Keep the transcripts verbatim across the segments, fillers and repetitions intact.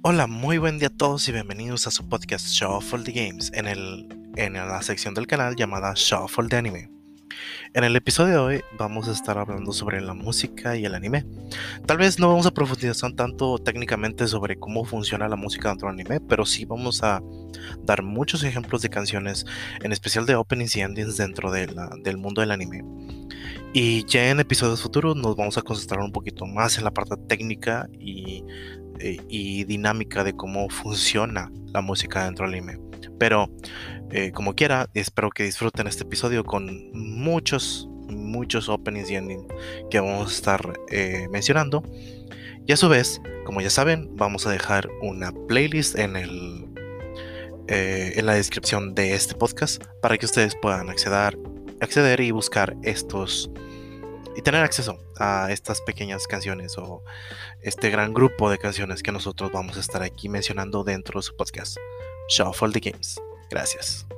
Hola, muy buen día a todos y bienvenidos a su podcast Shuffle the Games en, el, en la sección del canal llamada Shuffle the Anime. En el episodio de hoy vamos a estar hablando sobre la música y el anime. Tal vez no vamos a profundizar tanto técnicamente sobre cómo funciona la música dentro del anime, pero sí vamos a dar muchos ejemplos de canciones, en especial de openings y endings dentro de la, del mundo del anime. Y ya en episodios futuros nos vamos a concentrar un poquito más en la parte técnica y, eh, y dinámica de cómo funciona la música dentro del anime. Pero eh, como quiera, espero que disfruten este episodio con muchos, muchos openings y endings que vamos a estar eh, mencionando. Y a su vez, como ya saben, vamos a dejar una playlist en el eh, en la descripción de este podcast para que ustedes puedan acceder acceder y buscar estos y tener acceso a estas pequeñas canciones o este gran grupo de canciones que nosotros vamos a estar aquí mencionando dentro de su podcast Shuffle the Games. Gracias.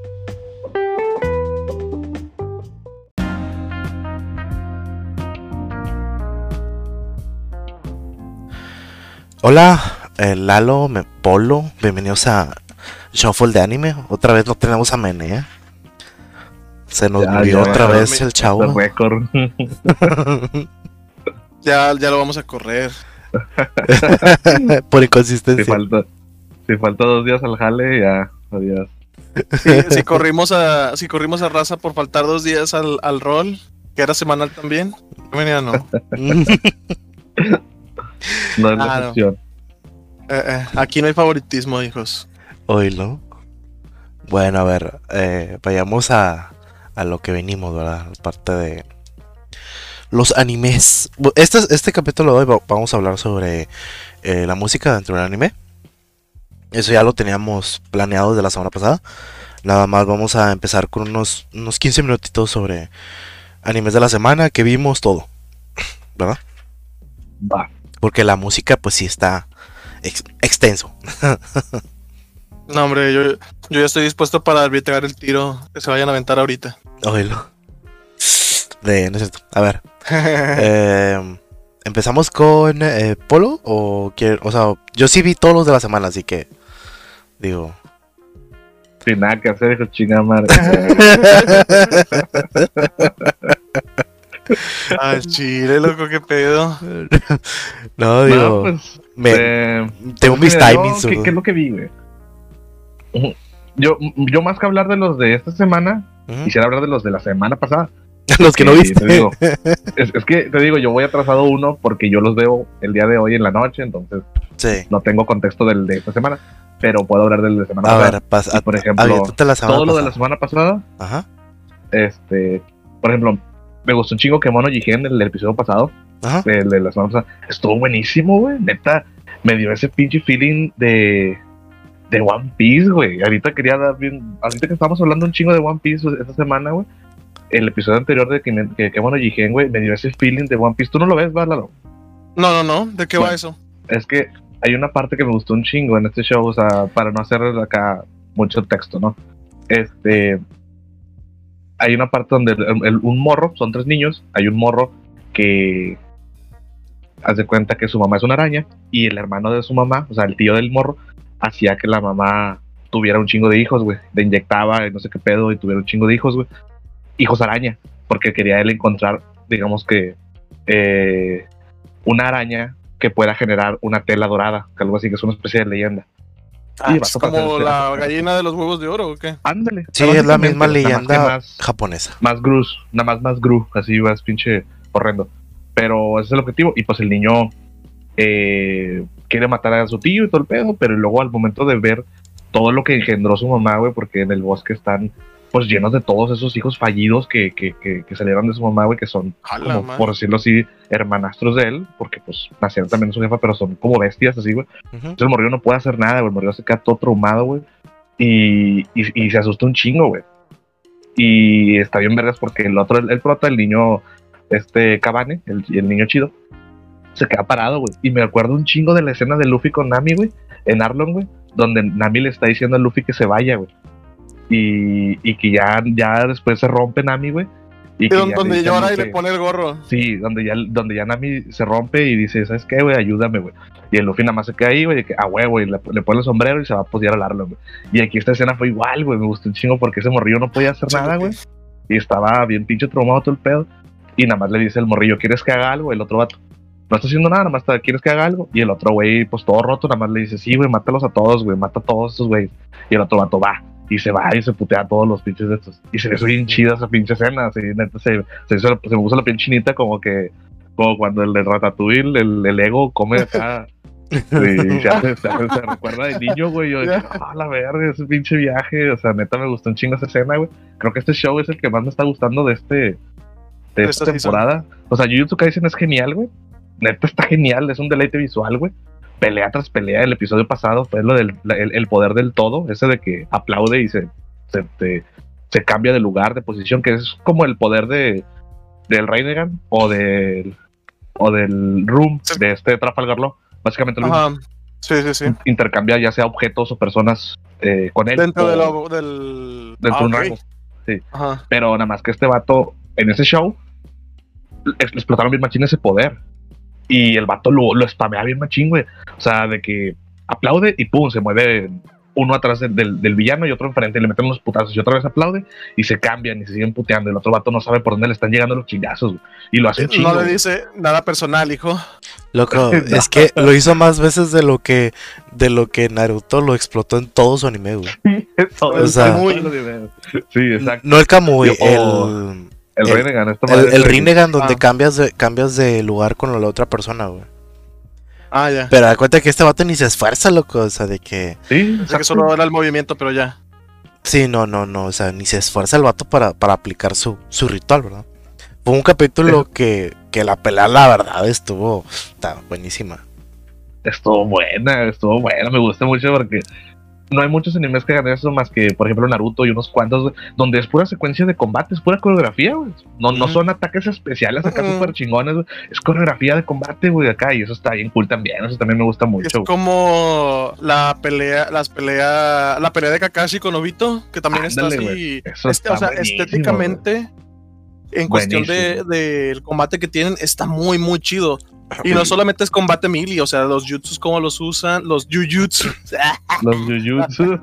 Hola, eh, Lalo, me, Polo, bienvenidos a Shuffle the Anime. Otra vez no tenemos a Menea. Se nos Ya, murió ya, otra ya, vez ya, el chavo. récord. Ya, ya lo vamos a correr. Por Si inconsistencia. falta, si falta dos días al jale, ya, adiós. Sí, si corrimos a, si corrimos a raza por faltar dos días al, al rol, que era semanal también, venía no. No es la Claro. excepción. Eh, eh, aquí no hay favoritismo, hijos. Oílo. Bueno, a ver, eh, vayamos a, a lo que venimos, ¿verdad? Parte de los animes. Bu- Este, este capítulo de hoy va- vamos a hablar sobre eh, la música dentro del anime. Eso ya lo teníamos planeado desde la semana pasada. Nada más vamos a empezar con unos, unos quince minutitos sobre animes de la semana que vimos todo, ¿verdad? Va. Porque la música pues sí está ex- extenso. No, hombre, yo, yo ya estoy dispuesto para arbitrar el tiro que se vayan a aventar ahorita. Oílo. De, no es cierto. A ver. Eh, ¿Empezamos con eh, Polo? O, quiere- o sea, yo sí vi todos los de la semana, así que digo. Sin nada que hacer, hijo de chingada madre. Al chile, loco, qué pedo. No, digo. No, pues, me- eh, tengo mis mira, yo, timings. ¿qué, ¿no? qué es lo que vi, güey? Ujú. Yo, yo más que hablar de los de esta semana, Ujú. quisiera hablar de los de la semana pasada. Los que no Sí, viste. te digo. Es, es que te digo, yo voy atrasado uno porque yo los veo el día de hoy en la noche, entonces Sí. no tengo contexto del de esta semana, pero puedo hablar del de semana A pasada. ver, pasa. Y, por ejemplo, aviéntate la semana Todo lo de la pasada. semana pasada, Ajá. este, por ejemplo, me gustó un chingo que Mono Jigen, el del episodio pasado, Ajá. el de la semana pasada, estuvo buenísimo, güey, neta, me dio ese pinche feeling de de One Piece, güey. Ahorita quería dar bien, ahorita que estamos hablando un chingo de One Piece esta semana, güey, el episodio anterior de que, que, que Mono Jigen, güey, me dio ese feeling de One Piece. ¿Tú no lo ves, Bárbaro? No, no, no, ¿de qué Bueno. va eso? Es que hay una parte que me gustó un chingo en este show, o sea, para no hacer acá mucho texto, ¿no? Este, hay una parte donde el- el- un morro, son tres niños, hay un morro que hace cuenta que su mamá es una araña y el hermano de su mamá, o sea, el tío del morro, hacía que la mamá tuviera un chingo de hijos, güey, le inyectaba y no sé qué pedo y tuviera un chingo de hijos, güey, hijos araña, porque quería él encontrar, digamos que, eh, una araña que pueda generar una tela dorada, que algo así, que es una especie de leyenda. Ah, vas ¿es a pasar como este- la gallina de los huevos de oro o qué? Ándale. Sí, es la misma básicamente, nada más que leyenda Más, japonesa. más grus, nada más más gru, así vas pinche horrendo. Pero ese es el objetivo. Y pues el niño eh, quiere matar a su tío y todo el pedo, pero luego al momento de ver todo lo que engendró su mamá, güey, porque en el bosque están pues llenos de todos esos hijos fallidos que, que, que, que salieron de su mamá, güey, que son, A la como, madre. por decirlo así, hermanastros de él, porque pues nacieron también de su jefa, pero son como bestias, así, güey. Ujú. Entonces el morrillo no puede hacer nada, güey. El morrillo se queda todo traumado, güey. Y, y, y se asusta un chingo, güey. Y está bien vergas porque el otro, el, el prota, el niño, este Cabane, el, el niño chido, se queda parado, güey. Y me acuerdo un chingo de la escena de Luffy con Nami, güey, en Arlong, güey, donde Nami le está diciendo a Luffy que se vaya, güey. Y, y que ya, ya después se rompe Nami, güey. Y que donde, ya donde le llora y que, le pone el gorro. Sí, donde ya, donde ya Nami se rompe y dice, ¿sabes qué, güey? Ayúdame, güey. Y el Luffy nada más se queda ahí, güey, que a huevo, y le, le pone el sombrero y se va a apoyar al Arlong, güey. Y aquí esta escena fue igual, güey, me gustó un chingo porque ese morrillo no podía hacer Sí, nada, güey. güey. Y estaba bien pinche traumado todo el pedo. Y nada más le dice el morrillo, ¿quieres que haga algo? El otro vato, no está haciendo nada, nada más está, ¿quieres que haga algo? Y el otro güey, pues todo roto, nada más le dice, sí, güey, mátalos a todos, güey, mata a todos esos güeyes. Y el otro vato va. Y se va y se putea a todos los pinches de estos. Y se ve bien chida esa pinche escena. Así, neta, se, se, hizo, se me puso la piel chinita como que... Como cuando el de Ratatouille, el, el ego come acá. Y se, hace, se, hace, se recuerda de niño, güey. Yo dije, ah, la verga, ese pinche viaje. O sea, neta, me gustó un chingo esa escena, güey. Creo que este show es el que más me está gustando de este... De esta, esta temporada. Season. O sea, Jujutsu Kaisen es genial, güey. Neta, está genial. Es un deleite visual, güey. Pelea tras pelea. El episodio pasado fue lo del el, el poder del todo, ese de que aplaude y se, se, te, se cambia de lugar, de posición, que es como el poder de del Rinnegan o del o del Room sí. de este Trafalgar Law, básicamente lo mismo. Sí, sí, sí. Intercambia ya sea objetos o personas eh, con él. Dentro o, de lo, del... Dentro de ah, un okay. rango. Sí. Ajá. Pero nada más que este vato, en ese show, explotaron bien machín ese poder. Y el vato lo, lo spamea bien machín, güey. O sea, de que aplaude y pum, se mueve uno atrás del, del, del villano y otro enfrente y le meten unos putazos y otra vez aplaude y se cambian y se siguen puteando. Y el otro vato no sabe por dónde le están llegando los chingazos, güey. Y lo hace un chingo. No le dice nada personal, hijo. Loco, no. Es que lo hizo más veces de lo que de lo que Naruto lo explotó en todo su anime, güey. Sí, o sea, muy... sí, exacto. No el Kamui, Yo, oh, el... El, el Rinnegan, esta el, el Rinnegan donde ah. cambias, de, cambias de lugar con la otra persona, güey. Ah, ya. Pero da cuenta que este vato ni se esfuerza, loco, o sea, de que... Sí, o sea, que solo era el movimiento, pero ya. Sí, no, no, no, o sea, ni se esfuerza el vato para, para aplicar su, su ritual, ¿verdad? Fue un capítulo que, que la pelea, la verdad, estuvo... Está buenísima. Estuvo buena, estuvo buena, me gusta mucho porque... No hay muchos animes que hagan eso más que, por ejemplo, Naruto y unos cuantos, donde es pura secuencia de combate, es pura coreografía, güey. No, mm. no son ataques especiales acá mm. súper chingones, güey. Es coreografía de combate, güey, acá, y eso está bien cool también, eso también me gusta mucho. Es como la pelea, las pelea, la pelea de Kakashi con Obito, que también Ándale, está así, este, está o sea, estéticamente, wey. En cuestión del de, de combate que tienen, está muy, muy chido. Y no solamente es combate melee, o sea, los jutsus como los usan, los jujutsu. Los jujutsu.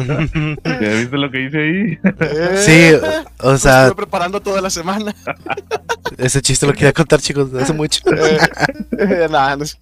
¿Viste lo que hice ahí? Sí, o sea... Estuve preparando toda la semana. Ese chiste lo quería contar, chicos, hace mucho. nah, no,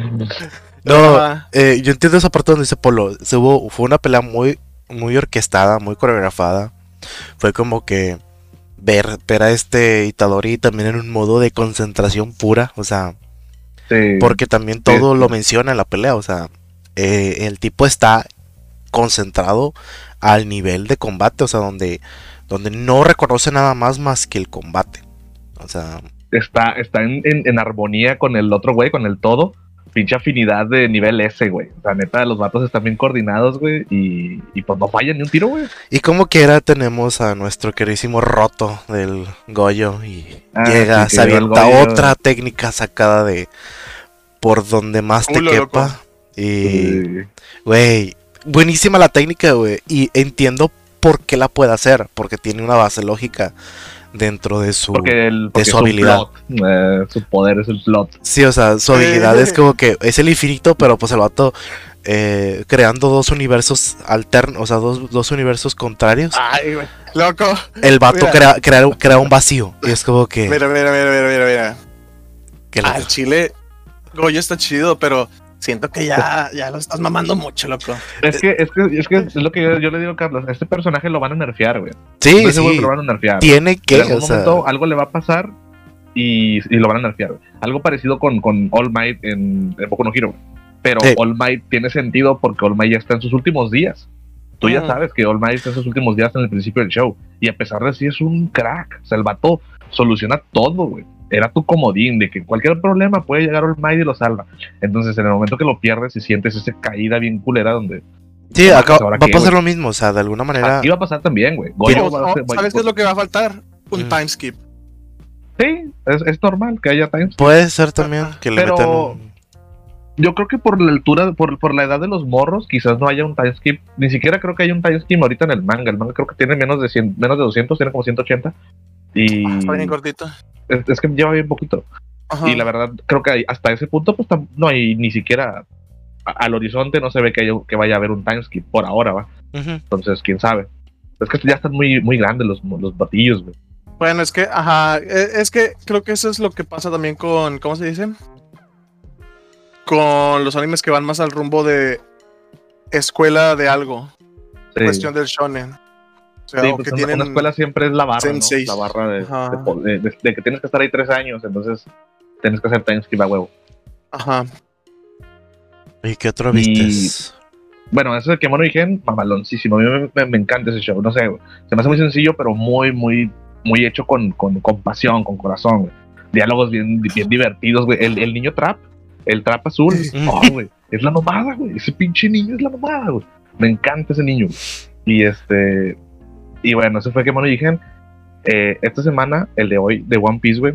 no eh, yo entiendo esa parte donde dice Polo. Se hubo, fue una pelea muy, muy orquestada, muy coreografada. Fue como que ver, ver a este Itadori también en un modo de concentración pura, o sea... Sí, porque también todo sí. lo menciona en la pelea, o sea, eh, el tipo está concentrado al nivel de combate, o sea, donde, donde no reconoce nada más más que el combate, o sea... Está, está en, en, en armonía con el otro güey, con el todo, pinche afinidad de nivel S, güey, o sea, neta, los vatos están bien coordinados, güey, y, y pues no fallan ni un tiro, güey. Y como quiera tenemos a nuestro queridísimo Roto del Goyo, y ah, llega, sí, se avienta otra técnica sacada de por donde más te Ulo, quepa, loco. Y, güey, sí. buenísima la técnica, güey, y entiendo por qué la puede hacer, porque tiene una base lógica dentro de su, porque el, porque de su habilidad. Uh, su poder es el plot. Sí, o sea, su habilidad es como que es el infinito, pero pues el vato eh, creando dos universos alternos, o sea, dos, dos universos contrarios. Ay, güey, loco. El vato crea, crea, crea un vacío. Y es como que. Mira, mira, mira, mira, mira, mira. Al ah, Chile, Goyo está chido, pero siento que ya, ya lo estás mamando mucho, loco. Es que, es que, es que es lo que yo, yo le digo a Carlos, a este personaje lo van a nerfear, güey. Sí, no sí. Que lo van a nerfear. Tiene que, en algún o momento sea... algo le va a pasar y, y lo van a nerfear, güey. Algo parecido con, con All Might en, en Boku no Hero, güey. Pero sí. All Might tiene sentido porque All Might ya está en sus últimos días. Tú ya sabes que All Might está en sus últimos días en el principio del show. Y a pesar de sí es un crack. O sea, el vato soluciona todo, güey. Era tu comodín de que cualquier problema puede llegar All Might y lo salva. Entonces, en el momento que lo pierdes y sientes esa caída bien culera donde... Sí, acá va a pasar wey? Lo mismo, o sea, de alguna manera... Aquí va a pasar también, güey. No, ¿sabes qué es lo que va a faltar? Un mm. time skip. Sí, es, es normal que haya time skip. Puede ser también que le Pero... metan un... Yo creo que por la altura, por, por la edad de los morros, quizás no haya un time skip. Ni siquiera creo que haya un time skip ahorita en el manga. El manga creo que tiene menos de cien, menos de doscientos, tiene como ciento ochenta. Y está bien cortito. Es, es que lleva bien poquito. Ajá. Y la verdad, creo que hasta ese punto, pues no hay ni siquiera a, al horizonte, no se ve que, haya, que vaya a haber un timeskip por ahora, ¿va? Uh-huh. Entonces, quién sabe. Es que ya están muy, muy grandes los, los batillos, güey. Bueno, es que, ajá, es que creo que eso es lo que pasa también con, ¿cómo se dice? Con los animes que van más al rumbo de escuela de algo. Sí. Cuestión del shonen. O sea, sí, pues que una, una escuela siempre es la barra, senseis. ¿no? La barra de, de, de, de, de que tienes que estar ahí tres años, entonces tienes que hacer timeskip a huevo. Ajá. ¿Y qué otro viste? Bueno, eso de Kemono Gen, mamaloncísimo. A mí me, me, me encanta ese show. No sé, güey. Se me hace muy sencillo, pero muy, muy, muy hecho con, con, con pasión, con corazón, güey. Diálogos bien, bien divertidos, güey. El, el niño trap, el trap azul, oh, güey. Es la mamada, güey. Ese pinche niño es la mamada, güey. Me encanta ese niño, güey. Y este. Y bueno, ese fue Kemono Gen. Eh, esta semana, el de hoy, de One Piece, güey.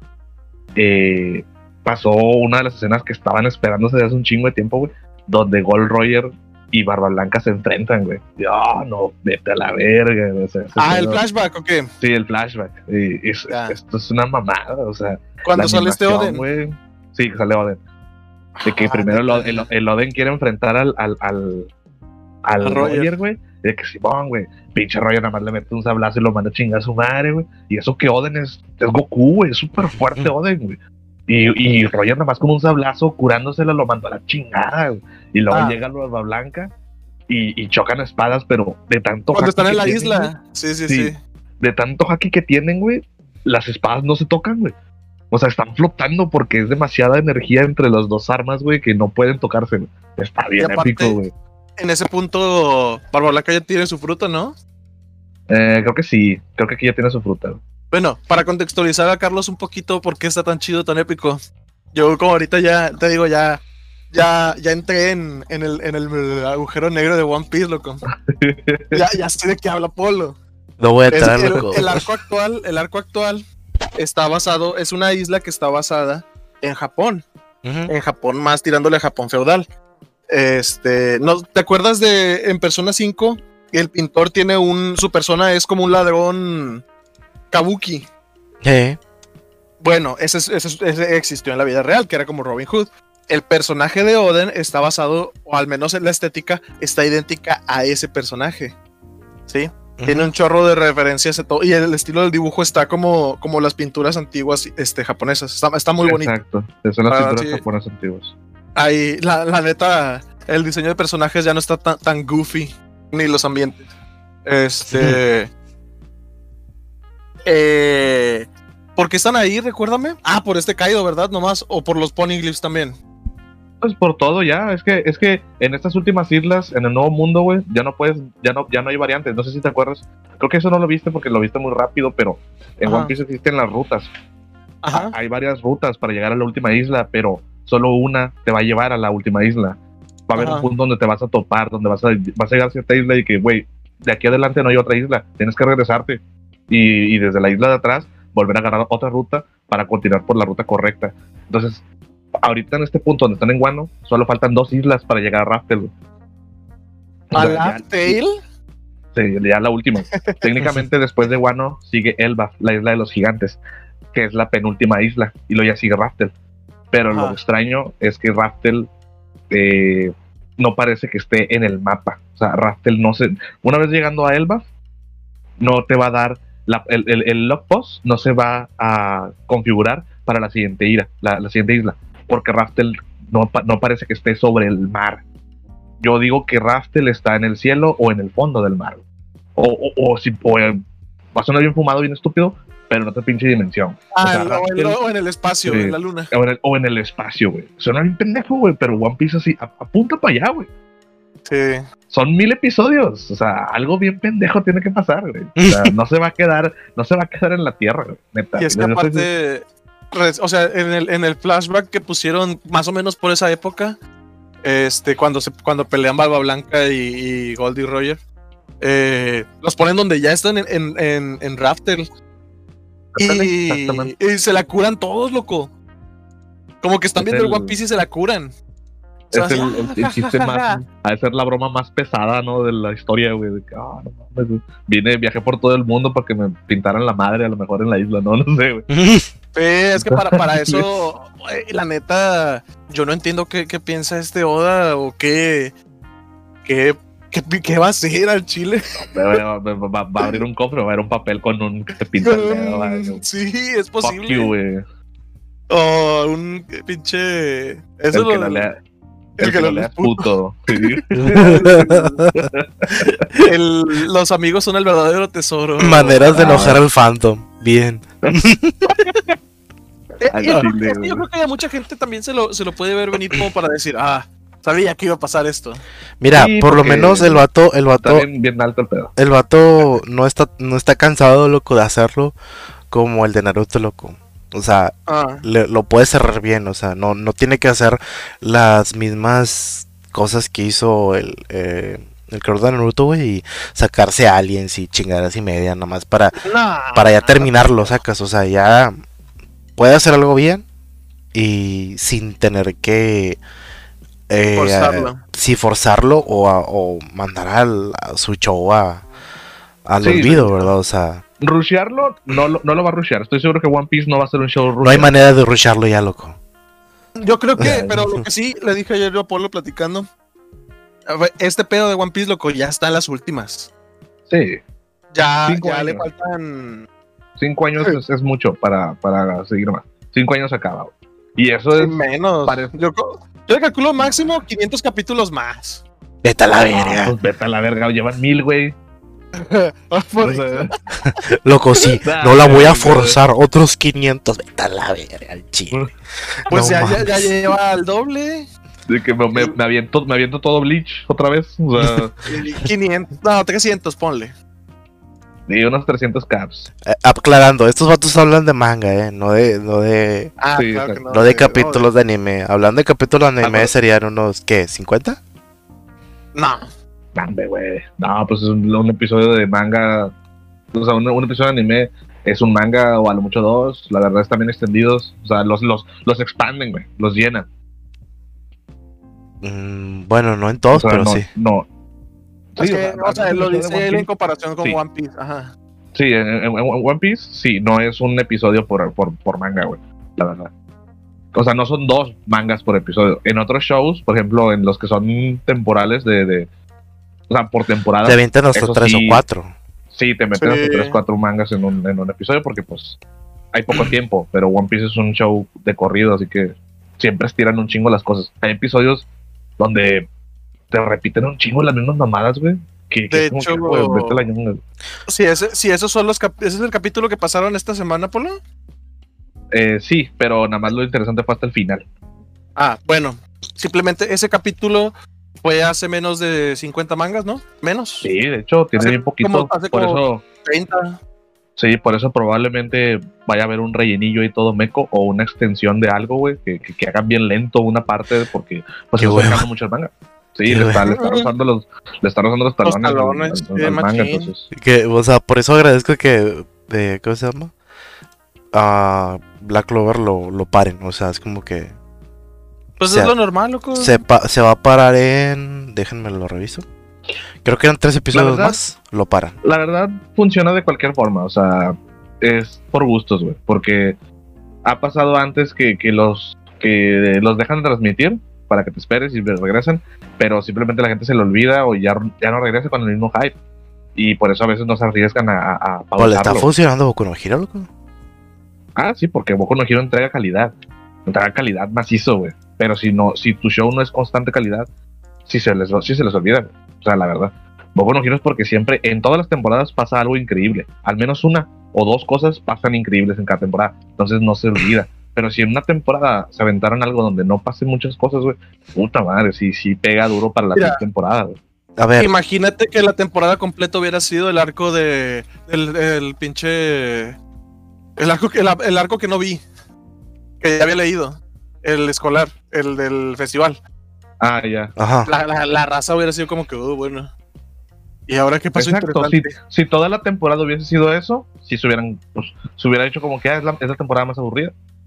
Eh, pasó una de las escenas que estaban esperándose desde hace un chingo de tiempo, güey. Donde Gold Roger y Barba Blanca se enfrentan, güey. Oh, no, vete a la verga. O sea, ah, ¿el flashback o qué? Sí, el flashback. Y, es, yeah. Esto es una mamada, o sea. ¿Cuándo sale este Oden? Wey, sí, sale Oden. De que ah, primero el, el, el Oden quiere enfrentar al al, al, al Roger, güey. De que Simón, güey. Pinche Roger nada más le mete un sablazo y lo manda a chingar a su madre, güey. Y eso que Oden es, es Goku, güey. Es súper fuerte Oden, güey. Y, y Roger nada más con un sablazo curándosela lo mandó a la chingada, güey. Y luego ah. llega Barba Blanca y, y chocan espadas, pero de tanto cuando están en la tienen, isla, güey, sí, sí, sí, sí. De tanto haki que tienen, güey, las espadas no se tocan, güey. O sea, están flotando porque es demasiada energía entre las dos armas, güey, que no pueden tocarse, güey. Está bien aparte, épico, güey. En ese punto, Barba Blanca ya tiene su fruta, ¿no? Eh, creo que sí, creo que aquí ya tiene su fruta, güey. Bueno, para contextualizar a Carlos un poquito por qué está tan chido, tan épico. Yo como ahorita ya, te digo, ya ya, ya entré en, en, el, en el agujero negro de One Piece, loco. Ya, ya sé de qué habla Polo. No voy a entrar, el, loco. El arco actual, el arco actual está basado, es una isla que está basada en Japón. Uh-huh. En Japón, más tirándole a Japón feudal. Este, ¿no, ¿te acuerdas de en Persona cinco? El pintor tiene un, su persona es como un ladrón kabuki. ¿Qué? Bueno, ese, ese, ese existió en la vida real, que era como Robin Hood. El personaje de Oden está basado, o al menos en la estética, está idéntica a ese personaje. ¿Sí? Uh-huh. Tiene un chorro de referencias y el estilo del dibujo está como, como las pinturas antiguas este, japonesas. Está, está muy bonito. Exacto, son las ah, pinturas sí. japonesas antiguas. Ahí, la, la neta, el diseño de personajes ya no está tan, tan goofy, ni los ambientes. Este... eh... ¿Por qué están ahí? Recuérdame. Ah, por este Kaido, ¿verdad? Nomás. O por los Poneglyphs también. Pues por todo ya. Es que, es que en estas últimas islas, en el nuevo mundo, güey, ya no puedes, ya no, ya no hay variantes. No sé si te acuerdas. Creo que eso no lo viste porque lo viste muy rápido, pero en Ajá. One Piece existen las rutas. Ajá. Hay varias rutas para llegar a la última isla, pero solo una te va a llevar a la última isla. Va a haber Ajá. un punto donde te vas a topar, donde vas a, vas a llegar a cierta isla y que, güey, de aquí adelante no hay otra isla. Tienes que regresarte. Y, y desde la isla de atrás volver a agarrar otra ruta para continuar por la ruta correcta. Entonces, ahorita en este punto donde están en Wano, solo faltan dos islas para llegar a Raftel. ¿A Raftel? Sí, ya la última. Técnicamente después de Wano sigue Elbaf, la isla de los gigantes, que es la penúltima isla, y luego ya sigue Raftel. Pero Ajá. lo extraño es que Raftel eh, no parece que esté en el mapa. O sea, Raftel no se... Una vez llegando a Elbaf, no te va a dar La, el, el, el log post no se va a configurar para la siguiente isla, la, la siguiente isla, porque Raftel no, no parece que esté sobre el mar. Yo digo que Raftel está en el cielo o en el fondo del mar. O, o, o si o, eh, va a sonar bien fumado, bien estúpido, pero en otra pinche dimensión. Ah, o, sea, o, Raftel, el, o en el espacio, sí, en la luna. O en el, o en el espacio, güey. Suena bien pendejo, güey, pero One Piece así, apunta para allá, güey. Sí. Son mil episodios, o sea, algo bien pendejo tiene que pasar, güey. O sea, no se va a quedar, no se va a quedar en la tierra, güey, neta. Y es que aparte, o sea, en el, en el flashback que pusieron más o menos por esa época, este, cuando se, cuando pelean Barba Blanca y, y Goldie Roger, eh, los ponen donde ya están en, en, en, en Raftel. Y, y se la curan todos, loco. Como que están es viendo el One Piece y se la curan. Es el, el, el chiste más, ha de ser la broma más pesada, ¿no? De la historia, güey. De que, ah, no mames, vine, viajé por todo el mundo para que me pintaran la madre, a lo mejor en la isla, no, no sé, güey. Sí, es que para, para eso, güey, la neta, yo no entiendo qué, qué piensa este Oda o qué, qué, qué, qué va a hacer al chile. Va, va, va, va a abrir un cofre, va a haber un papel con un que te pinta el dedo. Güey. Sí, es posible. Fuck you, güey. O un pinche... Eso el que lo... no lea, El, el que, que no leas puto. puto. el, los amigos son el verdadero tesoro. Maneras de enojar ah. al Phantom. Bien. eh, yo, creo, yo creo que a mucha gente también se lo, se lo puede ver venir como para decir, ah, sabía que iba a pasar esto. Mira, sí, por lo menos el vato, el vato, está bien, bien alto el pedo. El vato no está, no está cansado, loco, de hacerlo como el de Naruto, loco. O sea, ah. le, lo puede cerrar bien, o sea, no, no tiene que hacer las mismas cosas que hizo el, eh, el creador de Naruto, güey, y sacarse a aliens y chingaderas y media, nada más para, no. para ya terminarlo, sacas, o sea, ya puede hacer algo bien y sin tener que eh, forzarlo. Sí, forzarlo o, a, o mandar al, a su show a, al sí, olvido, sí. ¿verdad? O sea... Rushearlo, no, no lo va a rushear. Estoy seguro que One Piece no va a ser un show rushear. No hay manera de rushearlo ya, loco. Yo creo que, pero lo que sí le dije ayer yo a Polo platicando, este pedo de One Piece, loco, ya está en las últimas. Sí. Ya, Cinco ya años. le faltan... Cinco años sí. es, es mucho para, para seguir más. Cinco años acaba. Y eso sí, es... menos. Parece... Yo, yo calculo máximo quinientos capítulos más. Vete a la verga. Pues vete a la verga, llevan mil, güey. Por eso. Loco, sí, no la voy a forzar. Otros quinientos, vete a la verga al chile. Pues no, ya, ya, ya lleva al doble. De que me, me, me, aviento, me aviento todo Bleach otra vez. O sea... quinientos, no, trescientos, ponle. Y unos trescientos caps. Eh, aclarando, estos vatos hablan de manga, eh, no de, no de, ah, sí, claro que no, no de capítulos no, de... de anime. Hablando de capítulos de anime, ah, serían unos, ¿qué? ¿cincuenta? No. Dame, güey. No, pues es un, un episodio de manga. O sea, un, un episodio de anime es un manga o a lo mucho dos. La verdad están bien extendidos. O sea, los, los, los expanden, güey. Los llenan. Mm, bueno, no en todos, o sea, pero no, sí. No. Sí, es que, o sea, lo dice él en comparación con sí. One Piece. Ajá. Sí, en, en, en One Piece, sí, no es un episodio por, por, por manga, güey. La verdad. O sea, no son dos mangas por episodio. En otros shows, por ejemplo, en los que son temporales de... de o sea, por temporada. Te avientan hasta tres sí, o cuatro. Sí, te meten sí. hasta tres o cuatro mangas en un, en un episodio porque, pues, hay poco tiempo. Pero One Piece es un show de corrido, así que siempre estiran un chingo las cosas. Hay episodios donde te repiten un chingo las mismas mamadas, güey. Que, que de es como hecho, que, güey, vete la ñonga. Sí, ese, sí, esos son los cap- ese es el capítulo que pasaron esta semana, Polo. Eh, sí, pero nada más lo interesante fue hasta el final. Ah, bueno, simplemente ese capítulo fue hace menos de cincuenta mangas, ¿no? Menos. Sí, de hecho, tiene hace bien poquito. Como, hace por como eso, treinta. Sí, por eso probablemente vaya a haber un rellenillo y todo meco o una extensión de algo, güey, que, que, que hagan bien lento una parte porque pues se está mucho el manga. Sí, le está, le está rozando los, le está rozando los talones, los talones al, al, al manga, entonces. Que, o sea, por eso agradezco que, eh, ¿cómo se llama? Uh, Black Clover lo, lo paren, o sea, es como que... Pues es lo normal, loco. Se, pa- se va a parar en... Déjenme lo reviso. Creo que eran tres episodios verdad, más, lo paran. La verdad, funciona de cualquier forma, o sea, es por gustos, güey, porque ha pasado antes que, que, los, que los dejan de transmitir para que te esperes y regresen, pero simplemente la gente se lo olvida o ya, ya no regresa con el mismo hype, y por eso a veces no se arriesgan a, a pausarlo. ¿Le está funcionando Boku no Hero, loco? Ah, sí, porque Boku no Hero entrega calidad, entrega calidad macizo, güey, pero si no, si tu show no es constante calidad, sí se les, sí se les olvida, o sea, la verdad. Boku no Hero es porque siempre, en todas las temporadas pasa algo increíble, al menos una o dos cosas pasan increíbles en cada temporada, entonces no se olvida. Pero si en una temporada se aventaron algo donde no pasen muchas cosas, güey, puta madre, sí, sí pega duro para la Mira, temporada, güey. A ver. Imagínate que la temporada completa hubiera sido el arco de... El, el pinche... El arco, el, el arco que no vi. Que ya había leído. El escolar, el del festival. Ah, ya. Ajá. La, la, la raza hubiera sido como que, oh, bueno. ¿Y ahora qué pasó? Exacto, si, si toda la temporada hubiese sido eso, si se hubieran, pues, se hubiera hecho como que ah, es, la, es la temporada más aburrida.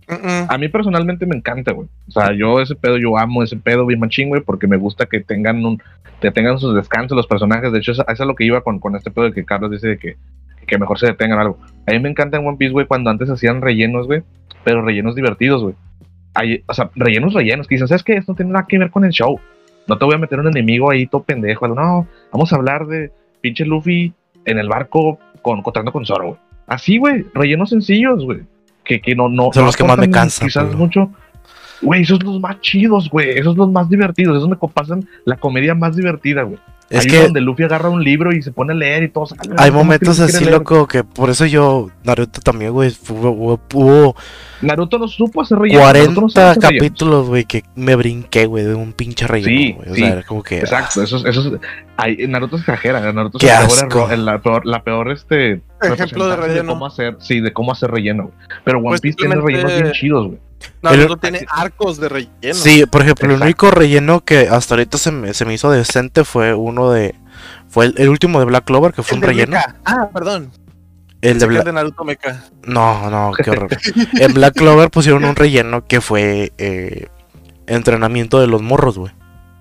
Uh-uh. A mí personalmente me encanta, güey. O sea, yo ese pedo, yo amo ese pedo bien machín, güey, porque me gusta que tengan un, que tengan sus descansos los personajes. De hecho, eso, eso es lo que iba con, con este pedo de que Carlos dice de que, que mejor se detengan algo. A mí me encanta en One Piece, güey, cuando antes hacían rellenos, güey, pero rellenos divertidos, güey. Hay, o sea, rellenos, rellenos, que dicen, ¿sabes qué? Esto no tiene nada que ver con el show. No te voy a meter un enemigo ahí todo pendejo. No, vamos a hablar de pinche Luffy en el barco con, contando con Zoro, güey. Así, güey, rellenos sencillos, güey. Que, que no, no. Son no los que más me cansan. Quizás pero... mucho. Güey, esos son los más chidos, güey. Esos son los más divertidos. Esos me pasan la comedia más divertida, güey. Es hay que donde Luffy agarra un libro y se pone a leer y todo. Hay momentos así, loco, que por eso yo, Naruto también, güey, hubo, hubo Naruto no supo hacer relleno. cuarenta no capítulos, güey, que me brinqué, güey, de un pinche relleno. Sí, güey. O sí, sea, era como que. Exacto, ah, eso, eso, hay, Naruto se exagera. Naruto Qué se asco. exagera la peor, la peor este, ejemplo de relleno. De cómo hacer, sí, de cómo hacer relleno. Güey. Pero One Pues Piece tiene rellenos bien chidos, güey. Naruto el, tiene arcos de relleno. Sí, por ejemplo, Exacto. el único relleno que hasta ahorita se me, se me hizo decente fue uno de. Fue el, el último de Black Clover, que fue el un relleno. Mecha. Ah, perdón. El de, Bla... el de Naruto Mecha. No, no, qué horror. En Black Clover pusieron un relleno que fue eh, entrenamiento de los morros, güey.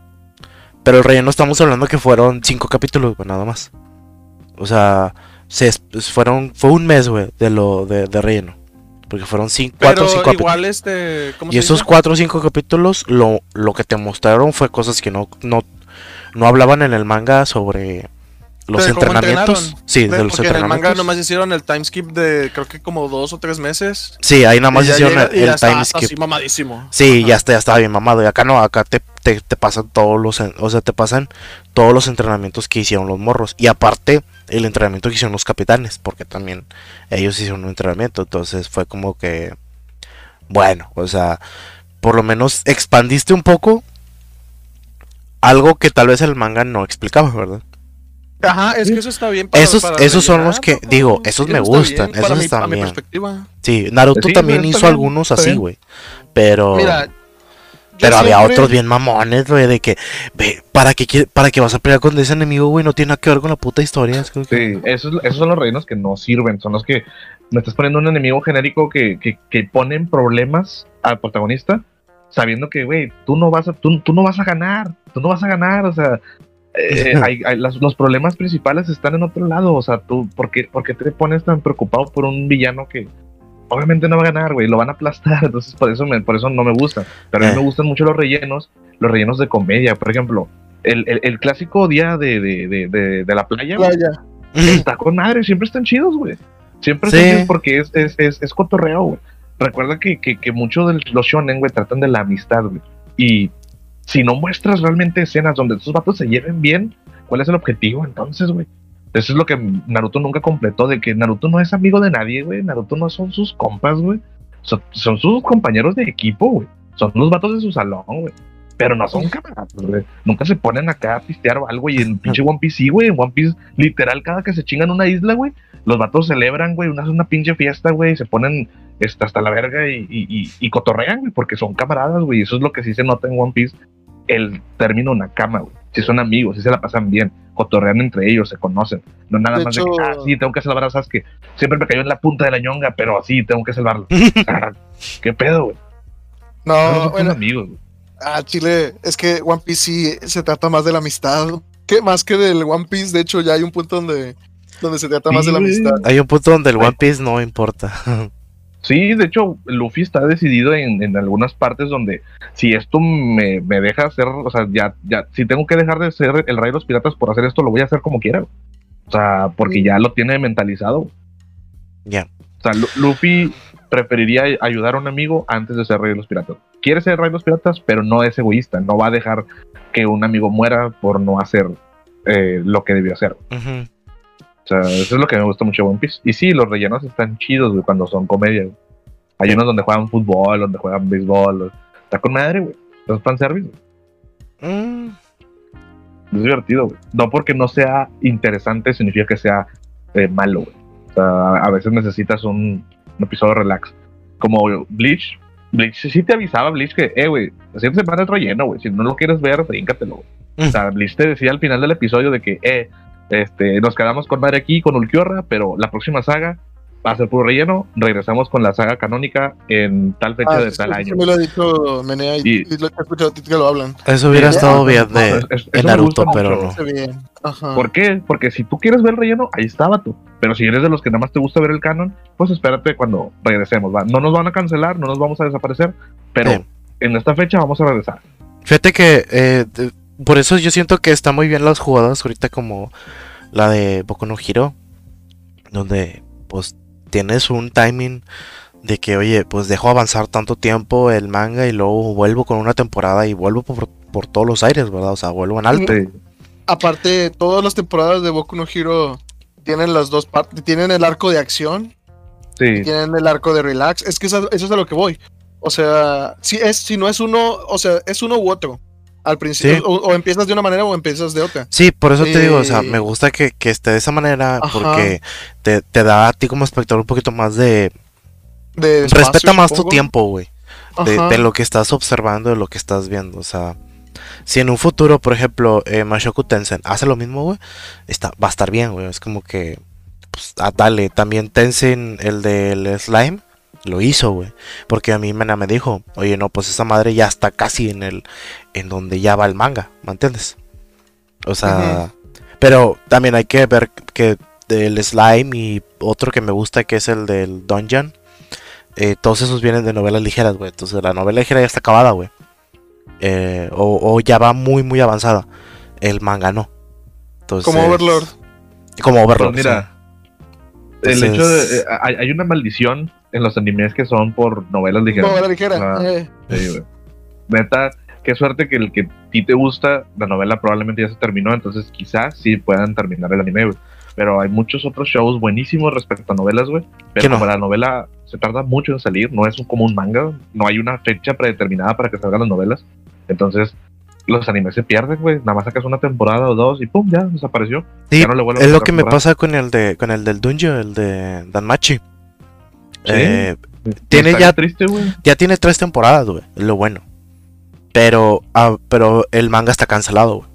Pero el relleno estamos hablando que fueron cinco capítulos, güey, nada más. O sea, se fueron fue un mes, güey, de lo de, de relleno. Porque fueron cinco, cuatro o cinco igual este, ¿cómo y se esos dice? cuatro o cinco capítulos, lo, lo que te mostraron fue cosas que no, no, no hablaban en el manga sobre los de entrenamientos. Sí, de, de los porque entrenamientos. en el manga nomás hicieron el time skip de creo que como dos o tres meses. Sí, ahí nada más hicieron llega, el, el time skip. Así mamadísimo. Sí, Ajá. ya está, ya estaba bien mamado. Y acá no, acá te, te, te pasan todos los, o sea, te pasan todos los entrenamientos que hicieron los morros. Y aparte, el entrenamiento que hicieron los capitanes, porque también ellos hicieron un entrenamiento. Entonces fue como que, bueno, o sea, por lo menos expandiste un poco algo que tal vez el manga no explicaba, ¿verdad? Ajá, es que eso está bien para, esos, para esos son rellenar, los que, ¿no? digo, esos Eso me está gustan, bien, para esos mi, están a mi bien. perspectiva. Sí, Naruto Sí, también está hizo bien, algunos está así, bien. güey. Pero Mira, yo pero había siempre- otros bien mamones, güey, de que, ve, ¿para qué, quie- para qué vas a pelear con ese enemigo, güey? No tiene nada que ver con la puta historia. Es como que- Sí, esos, esos son los rellenos que no sirven. Son los que me estás poniendo un enemigo genérico que, que, que ponen problemas al protagonista, sabiendo que, güey, tú no vas a, tú, tú no vas a ganar, tú no vas a ganar, o sea, eh, hay, hay- las- los problemas principales están en otro lado, o sea, tú, ¿por qué, por qué te pones tan preocupado por un villano que obviamente no va a ganar, güey, lo van a aplastar? Entonces por eso, me, por eso no me gusta. Pero a mí Eh. me gustan mucho los rellenos, los rellenos de comedia, por ejemplo, el, el, el clásico día de, de, de, de, de la playa, güey, Playa. está con madre, siempre están chidos, güey. Siempre Sí. están chidos porque es, es, es, es cotorreo, güey. Recuerda que, que, que muchos de los shonen, güey, tratan de la amistad, güey. Y si no muestras realmente escenas donde estos vatos se lleven bien, ¿cuál es el objetivo entonces, güey? Eso es lo que Naruto nunca completó, de que Naruto no es amigo de nadie, güey. Naruto no son sus compas, güey. Son, son sus compañeros de equipo, güey. Son los vatos de su salón, güey. Pero no son camaradas, güey. Nunca se ponen acá a pistear o algo. Y en pinche One Piece sí, güey. En One Piece, literal, cada que se chingan una isla, güey, los vatos celebran, güey. Una, una pinche fiesta, güey. Se ponen este, hasta la verga y, y, y, y cotorrean, güey, porque son camaradas, güey. Eso es lo que sí se nota en One Piece. El término Nakama, güey. Si son amigos, si se la pasan bien, cotorrean entre ellos, se conocen. No nada De más hecho- de que, ah, sí, tengo que salvar a Sasuke. Siempre me cayó en la punta de la ñonga, pero sí, tengo que salvarlo. Ah, ¿qué pedo, güey? No, No, son bueno, amigos, güey. ah, Chile, es que One Piece sí se trata más de la amistad. Que más que del One Piece, de hecho, ya hay un punto donde, donde se trata más Sí, de la güey. amistad. Hay un punto donde el One Piece no importa. Sí, de hecho, Luffy está decidido en, en algunas partes donde si esto me, me deja hacer, o sea, ya, ya, si tengo que dejar de ser el rey de los piratas por hacer esto, lo voy a hacer como quiera, güey. O sea, porque Sí. ya lo tiene mentalizado, güey. Ya. O sea, Lu- Luffy preferiría ayudar a un amigo antes de ser rey de los piratas. Quiere ser rey de los piratas, pero no es egoísta. No va a dejar que un amigo muera por no hacer eh, lo que debió hacer. Ujú. O sea, eso es lo que me gusta mucho de One Piece. Y sí, los rellenos están chidos, güey, cuando son comedia, güey. Hay unos donde juegan fútbol, donde juegan béisbol. güey. Está con madre, güey. Es fanservice, güey. Mm, Es divertido, güey. No porque no sea interesante significa que sea eh, malo, güey. O sea, a veces necesitas un, un episodio relax. Como Bleach. Bleach sí te avisaba, Bleach, que, eh, güey, la siguiente semana es relleno, güey. Si no lo quieres ver, bríncatelo, güey. O sea, Bleach te decía al final del episodio de que, eh, este, nos quedamos con madre aquí, con Ulquiorra, pero la próxima saga va a ser puro relleno, regresamos con la saga canónica en tal fecha ah, de sí, tal sí, año. Sí, me lo ha dicho Menea y, y, y lo he escuchado a ti que lo hablan. Eso hubiera Sí, estado ah, bien no, de es- es- en eso me Naruto, gusta pero mucho. no. Bien. Ajá. ¿Por qué? Porque si tú quieres ver el relleno, ahí está, vato. Pero si eres de los que nada más te gusta ver el canon, pues espérate cuando regresemos, ¿va? No nos van a cancelar, no nos vamos a desaparecer, pero Sí. en esta fecha vamos a regresar. Fíjate que eh, de- por eso yo siento que está muy bien las jugadas ahorita como la de Boku no Hero, donde pues tienes un timing de que, oye, pues dejo avanzar tanto tiempo el manga y luego vuelvo con una temporada y vuelvo por, por todos los aires, ¿verdad? O sea, vuelvo en alto. Sí, Aparte, todas las temporadas de Boku no Hero tienen las dos partes. Tienen el arco de acción y sí, tienen el arco de relax. Es que eso, eso es a lo que voy. O sea, si, es, si no es uno, o sea, es uno u otro. Al principio, Sí. o, o empiezas de una manera o empiezas de otra. Sí, por eso te digo, o sea, Eh, me gusta que, que esté de esa manera Ajá. porque te, te da a ti como espectador un poquito más de... De espacio, Respeta más tu supongo. tiempo, güey. De, Ajá. de lo que estás observando, de lo que estás viendo. O sea, si en un futuro, por ejemplo, eh, Mashoku Tensei hace lo mismo, güey, está, va a estar bien, güey. Es como que, pues, ah, dale. También Tensei, el del Slime, lo hizo, güey. Porque a mí Mena me dijo, oye, no, pues esa madre ya está casi en el, en donde ya va el manga, ¿me entiendes? O sea, pero también hay que ver que del Slime y otro que me gusta que es el del Dungeon. Eh, todos esos vienen de novelas ligeras, güey. Entonces la novela ligera ya está acabada, güey. Eh, o, o ya va muy, muy avanzada. El manga no. Entonces, Como Overlord. Como Overlord. Pues mira, sí. el Entonces- hecho de. eh, hay, hay una maldición en los animes que son por novelas ligeras. Novela ligera. Ah, eh. sí, güey. Neta, qué suerte que el que a ti te gusta, la novela probablemente ya se terminó, entonces quizás sí puedan terminar el anime, güey. Pero hay muchos otros shows buenísimos respecto a novelas, güey. Pero ¿Qué no? como la novela se tarda mucho en salir, no es un- como un manga, no hay una fecha predeterminada para que salgan las novelas. Entonces, los animes se pierden, güey. Nada más sacas una temporada o dos y pum, ya desapareció. Sí, Ya no le vuelven a es lo sacar que me temporada. pasa con el de con el del Dungeon, el de Danmachi. Sí. Eh, tiene Está ya- bien triste, güey. ya tiene tres temporadas, güey. Es lo bueno. Pero, ah, pero el manga está cancelado, güey.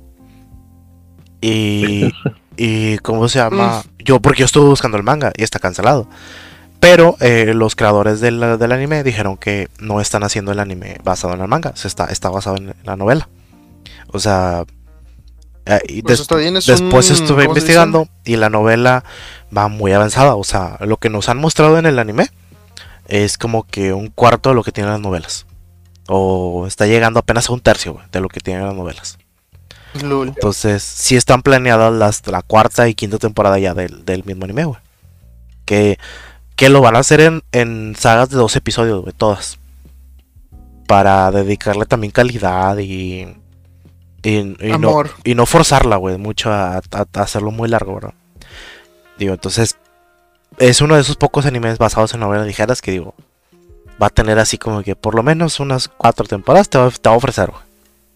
Y, y ¿cómo se llama? Yo, porque yo estuve buscando el manga y está cancelado. Pero eh, los creadores del, del anime dijeron que no están haciendo el anime basado en el manga. Se está, está basado en la novela. O sea, eh, y Pues des- está bien, es después un- estuve ¿cómo se dice? investigando y la novela va muy avanzada. O sea, lo que nos han mostrado en el anime es como que un cuarto de lo que tienen las novelas. O está llegando apenas a un tercio, güey, de lo que tienen las novelas. Lul. Entonces, sí están planeadas las, la cuarta y quinta temporada ya del, del mismo anime, güey. Que, que lo van a hacer en, en sagas de dos episodios, güey, todas. Para dedicarle también calidad y. Y, y no, Amor. y no forzarla, güey, mucho a, a- a hacerlo muy largo, ¿verdad? Digo, entonces. Es uno de esos pocos animes basados en novelas ligeras que digo. Va a tener así como que por lo menos unas cuatro temporadas te va, te va a ofrecer, güey.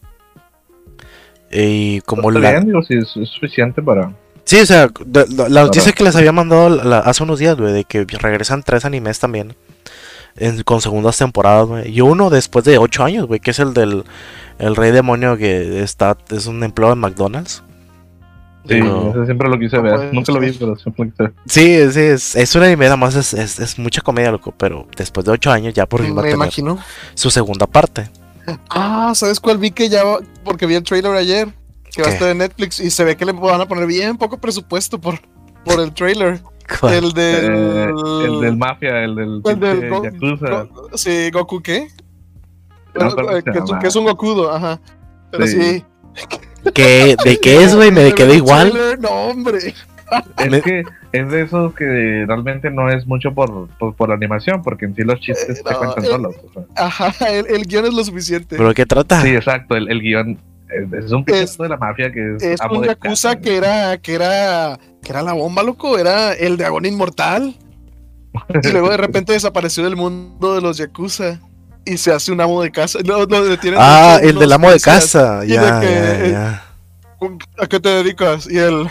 Y como Está la, bien, digo, si es, es suficiente para. Sí, o sea, de- de- la noticia Ahora. que les había mandado la- hace unos días, güey, de que regresan tres animes también en- con segundas temporadas, güey. Y uno después de ocho años, güey, que es el del el Rey Demonio que está es un empleado en McDonald's. Sí, Digo, eso siempre lo quise No ver. puede Nunca lo vi, ser. pero siempre lo quise ver. sí, sí, es, es un anime, nada más es, es, es mucha comedia, loco, pero después de ocho años ya por fin va a Me tener imagino. su segunda parte. Ah, ¿sabes cuál vi que ya va? Porque vi el trailer ayer. Que va a ¿Qué? estar en Netflix y se ve que le van a poner bien poco presupuesto por, por el trailer. ¿Cuál? El del. Eh, el del Mafia, el del, el del pinche Go- Yakuza. Go- sí, Goku, ¿qué? No me Bueno, acuerdo eh, cómo que, se es, un- llama. que es un Gokudo, ajá. Pero Sí. sí. ¿Qué? ¿De qué es, güey? Me Se ve quedé el igual. trailer, No, hombre. Es Me- que es de esos que realmente no es mucho por, por, por la animación, porque en sí los chistes Eh, se no, cuentan eh, solos. O sea. Ajá, el, el guión es lo suficiente. ¿Pero de qué trata? Sí, exacto, el, el guión es, es un Es- pichazo de la mafia que es, Es amo un de Yakuza casa. que era, que era, que era la bomba, loco, era el dragón inmortal. Y luego de repente desapareció del mundo de los Yakuza y se hace un amo de casa. Lo, lo detienen Ah, mucho el del unos amo de policías. casa. y de Ya, que, ya, eh, ya. ¿A qué te dedicas? Y el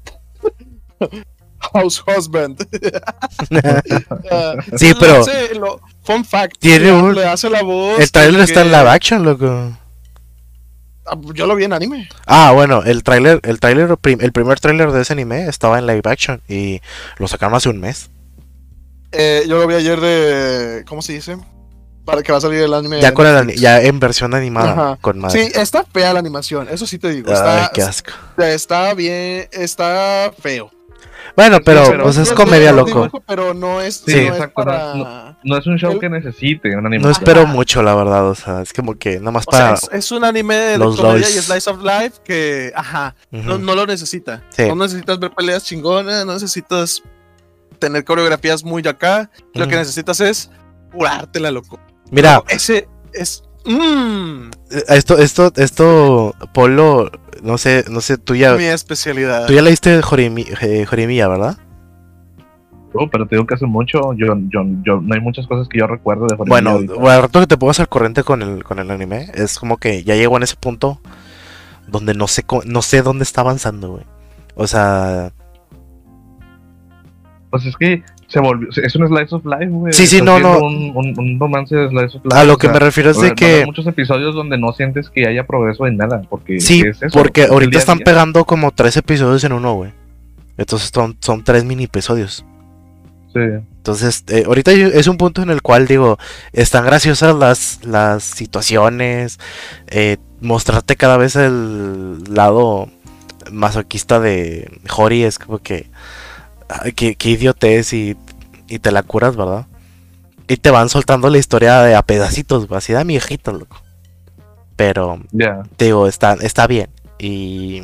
house husband. Ah, Sí, le pero hace lo- fun fact. tiene le, un- le hace la voz. el trailer de está en que- live action, loco. Ah, Yo lo vi en anime. Ah, bueno, el tráiler, el tráiler, prim- el primer tráiler de ese anime estaba en live action y lo sacaron hace un mes. Eh, yo lo vi ayer de... ¿Cómo se dice? Para que va a salir el anime. Ya, con el, ya en versión animada. Ajá. Con más. Sí, está fea la animación, eso sí te digo. Ay, está, qué asco. Está bien, está feo. Bueno, pero, pero pues es comedia, loco. Dibujo, pero no es, sí, no, exacto, es para... no, no es un show el... que necesite una animación. No espero mucho, la verdad, o sea, es como que nada más o para... Sea, es, es un anime de comedia y slice of life que, ajá, uh-huh. no, no lo necesita. Sí. No necesitas ver peleas chingonas, no necesitas tener coreografías muy acá. Uh-huh. Lo que necesitas es curártela, loco. Mira. Pero ese es... Mm. Esto, esto, esto, Polo, no sé, no sé, tú ya... Mi especialidad. Tú ya leíste Horimiya, ¿verdad? Oh, pero te digo que hace mucho, yo, yo, yo, no hay muchas cosas que yo recuerdo de Horimiya. Bueno, bueno, al rato que te pongas al corriente con el, con el anime, es como que ya llegó en ese punto donde no sé, no sé dónde está avanzando, güey. O sea... Pues es que se volvió, es un slice of life, güey. Sí, sí, no, no. Un, un, un romance de slice of life. A lo que sea, me refiero es de que... Hay muchos episodios donde no sientes que haya progreso en nada, porque... Sí, ¿qué es eso? porque ¿Es ahorita están pegando como tres episodios en uno, güey. Entonces son, son tres mini episodios. Sí. Entonces, eh, ahorita es un punto en el cual, digo, están graciosas las, las situaciones, eh, mostrarte cada vez el lado masoquista de Hori es como que... Qué, qué idiotez y, y te la curas, ¿verdad? Y te van soltando la historia de a pedacitos, así de amiguitos, loco. Pero, yeah. te digo, está, está bien. Y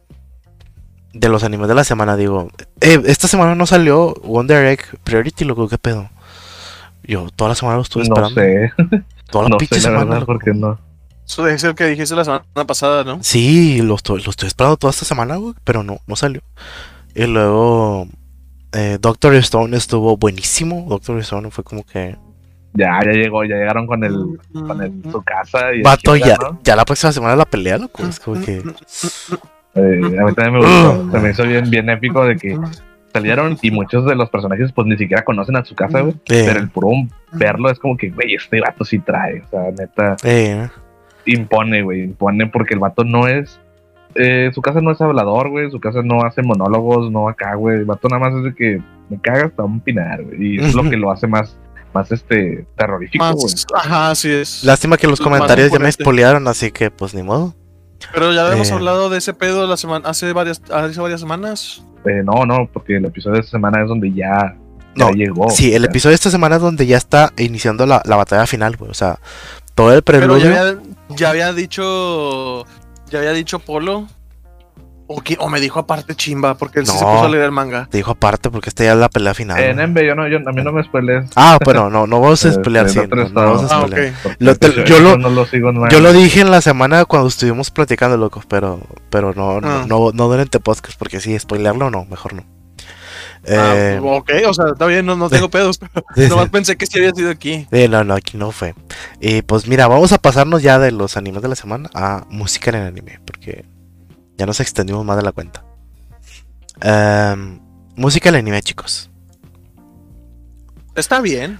de los animes de la semana, digo, eh, esta semana no salió Wonder Egg Priority, loco, ¿qué pedo? Yo toda la semana lo estuve esperando. No sé. Toda la no pinche sé, semana. La verdad, ¿por qué no? Eso es el que dijiste la semana pasada, ¿no? Sí, lo estoy, lo estoy esperando toda esta semana, güey, pero no, no salió. Y luego... Eh, Doctor Stone estuvo buenísimo. Doctor Stone fue como que... Ya, ya llegó, ya llegaron con el, con el su casa. Y Vato, ya, ¿no? ya la próxima semana la pelea, loco. Es como que... Eh, a mí también me gustó. Se me hizo bien, bien épico de que salieron y muchos de los personajes pues ni siquiera conocen a su casa, güey. Eh. Pero el puro verlo es como que, güey, este vato sí trae. O sea, neta, eh. impone, güey, impone porque el vato no es... Eh, su casa no es hablador, güey. Su casa no hace monólogos, no acá, güey. El vato nada más es de que me caga hasta un pinar, güey. Y es lo que lo hace más, más este, terrorífico, güey. Ajá, así es. Lástima que los es comentarios ya me spoilearon, así que pues ni modo. Pero ya habíamos eh... hablado de ese pedo la semana, hace varias, hace varias semanas. Eh, no, no, porque el episodio de esta semana es donde ya, ya no, llegó. Sí, el ya. episodio de esta semana es donde ya está iniciando la, la batalla final, güey. O sea, todo el preludio. Pero ya había, ya había dicho, ya había dicho Polo. O, que, o me dijo aparte chimba, porque él no, sí se puso a leer el manga. Te dijo aparte porque esta ya es la pelea final. En ¿no? Enve, yo no, yo, a mí no me spoilees. Ah, bueno, no, no vamos a spoilear, sí. No, no vamos a spoilear. Ah, okay. lo, te, yo, yo, lo, no lo sigo yo lo dije en la semana cuando estuvimos platicando, loco, pero, pero no, ah. no, no, no durante podcast, porque sí, spoilearlo no, mejor no. Eh, ah, ok, o sea, está bien, no, no tengo pedos, pero sí, nomás sí. pensé que sí había sido aquí. Sí, no, no, aquí no fue. Y pues mira, vamos a pasarnos ya de los animes de la semana a música en el anime, porque ya nos extendimos más de la cuenta. Um, música en el anime, chicos. Está bien.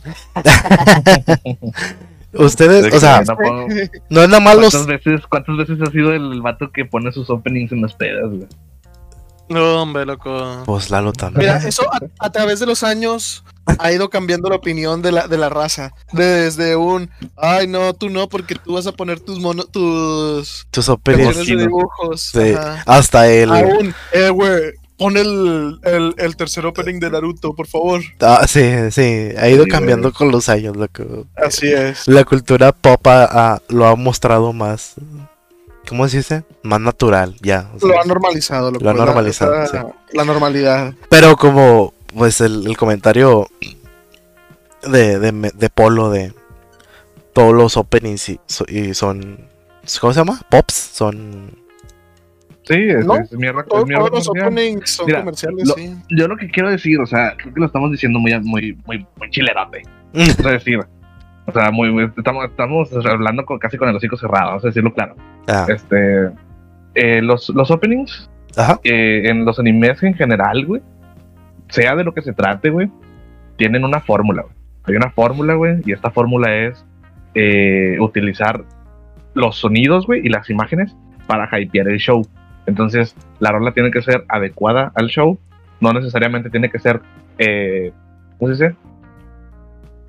Ustedes, o sea, no, puedo... no es nada más los... ¿Cuántas veces, ¿Cuántas veces ha sido el, el vato que pone sus openings en las pedas, güey? No, hombre, loco. Pues Lalo también. Mira, eso a, a través de los años ha ido cambiando la opinión de la, de la raza. Desde un, ay, no, tú no, porque tú vas a poner tus monos, tus... Tus openings de dibujos. Sí, hasta él. Aún, eh, güey. Pon el, el, el tercer opening de Naruto, por favor. Ah, sí, sí, ha ido sí, cambiando güey. Con los años, loco. Así es. La cultura pop a, a, lo ha mostrado más, ¿cómo se dice? Más natural, ya. O sea, lo ha normalizado, loco. Lo ha normalizado, la, sí. La normalidad. Pero como, pues, el, el comentario de, de, de Polo de todos los openings y, y son, ¿cómo se llama? Pops, son... Sí, es, ¿no? es mierda. Todos mierda los openings son Mira, comerciales, lo, sí. Yo lo que quiero decir, o sea, creo que lo estamos diciendo muy, muy, muy, muy chilerote. Es decir, o sea, muy, muy, estamos, estamos hablando con, casi con el hocico cerrado, vamos a decirlo claro. Ah. Este, eh, los, los openings, Ajá. Eh, en los animes en general, güey, sea de lo que se trate, güey, tienen una fórmula, güey. Hay una fórmula, güey, y esta fórmula es eh, utilizar los sonidos, güey, y las imágenes para hypear el show. Entonces, la rola tiene que ser adecuada al show, no necesariamente tiene que ser, eh, ¿cómo se dice?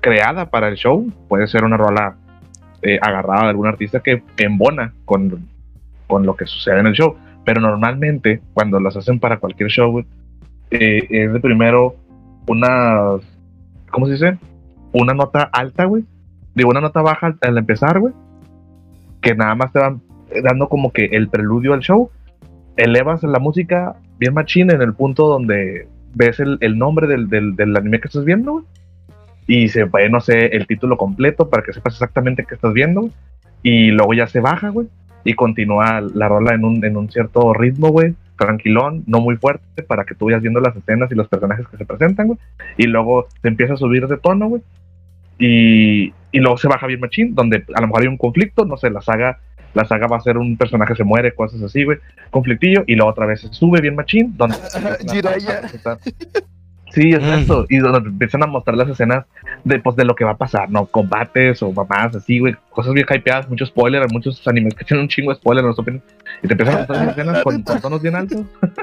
creada para el show, puede ser una rola eh, agarrada de algún artista que embona con, con lo que sucede en el show. Pero normalmente, cuando las hacen para cualquier show, eh, es de primero una, ¿cómo se dice? Una nota alta, güey. Digo, una nota baja al empezar, güey. Que nada más te van dando como que el preludio al show. Elevas la música bien machín en el punto donde ves el, el nombre del, del, del anime que estás viendo, güey. Y se ve, no sé, el título completo para que sepas exactamente qué estás viendo, güey. Y luego ya se baja, güey. Y continúa la rola en un, en un cierto ritmo, güey, tranquilón, no muy fuerte, para que tú vayas viendo las escenas y los personajes que se presentan, güey. Y luego se empieza a subir de tono, güey. Y, y luego se baja bien machín, donde a lo mejor hay un conflicto, no sé, la saga, la saga va a ser un personaje que se muere, cosas así, güey, conflictillo, y luego otra vez se sube bien machín, donde... Sí, exacto. Mm. Y donde empiezan a mostrar las escenas de, pues, de lo que va a pasar, ¿no? Combates o mamás así, güey. Cosas bien hypeadas, muchos spoilers, muchos animes que tienen un chingo de spoilers, no sé. Y te empiezan a mostrar las escenas con, con tonos bien altos.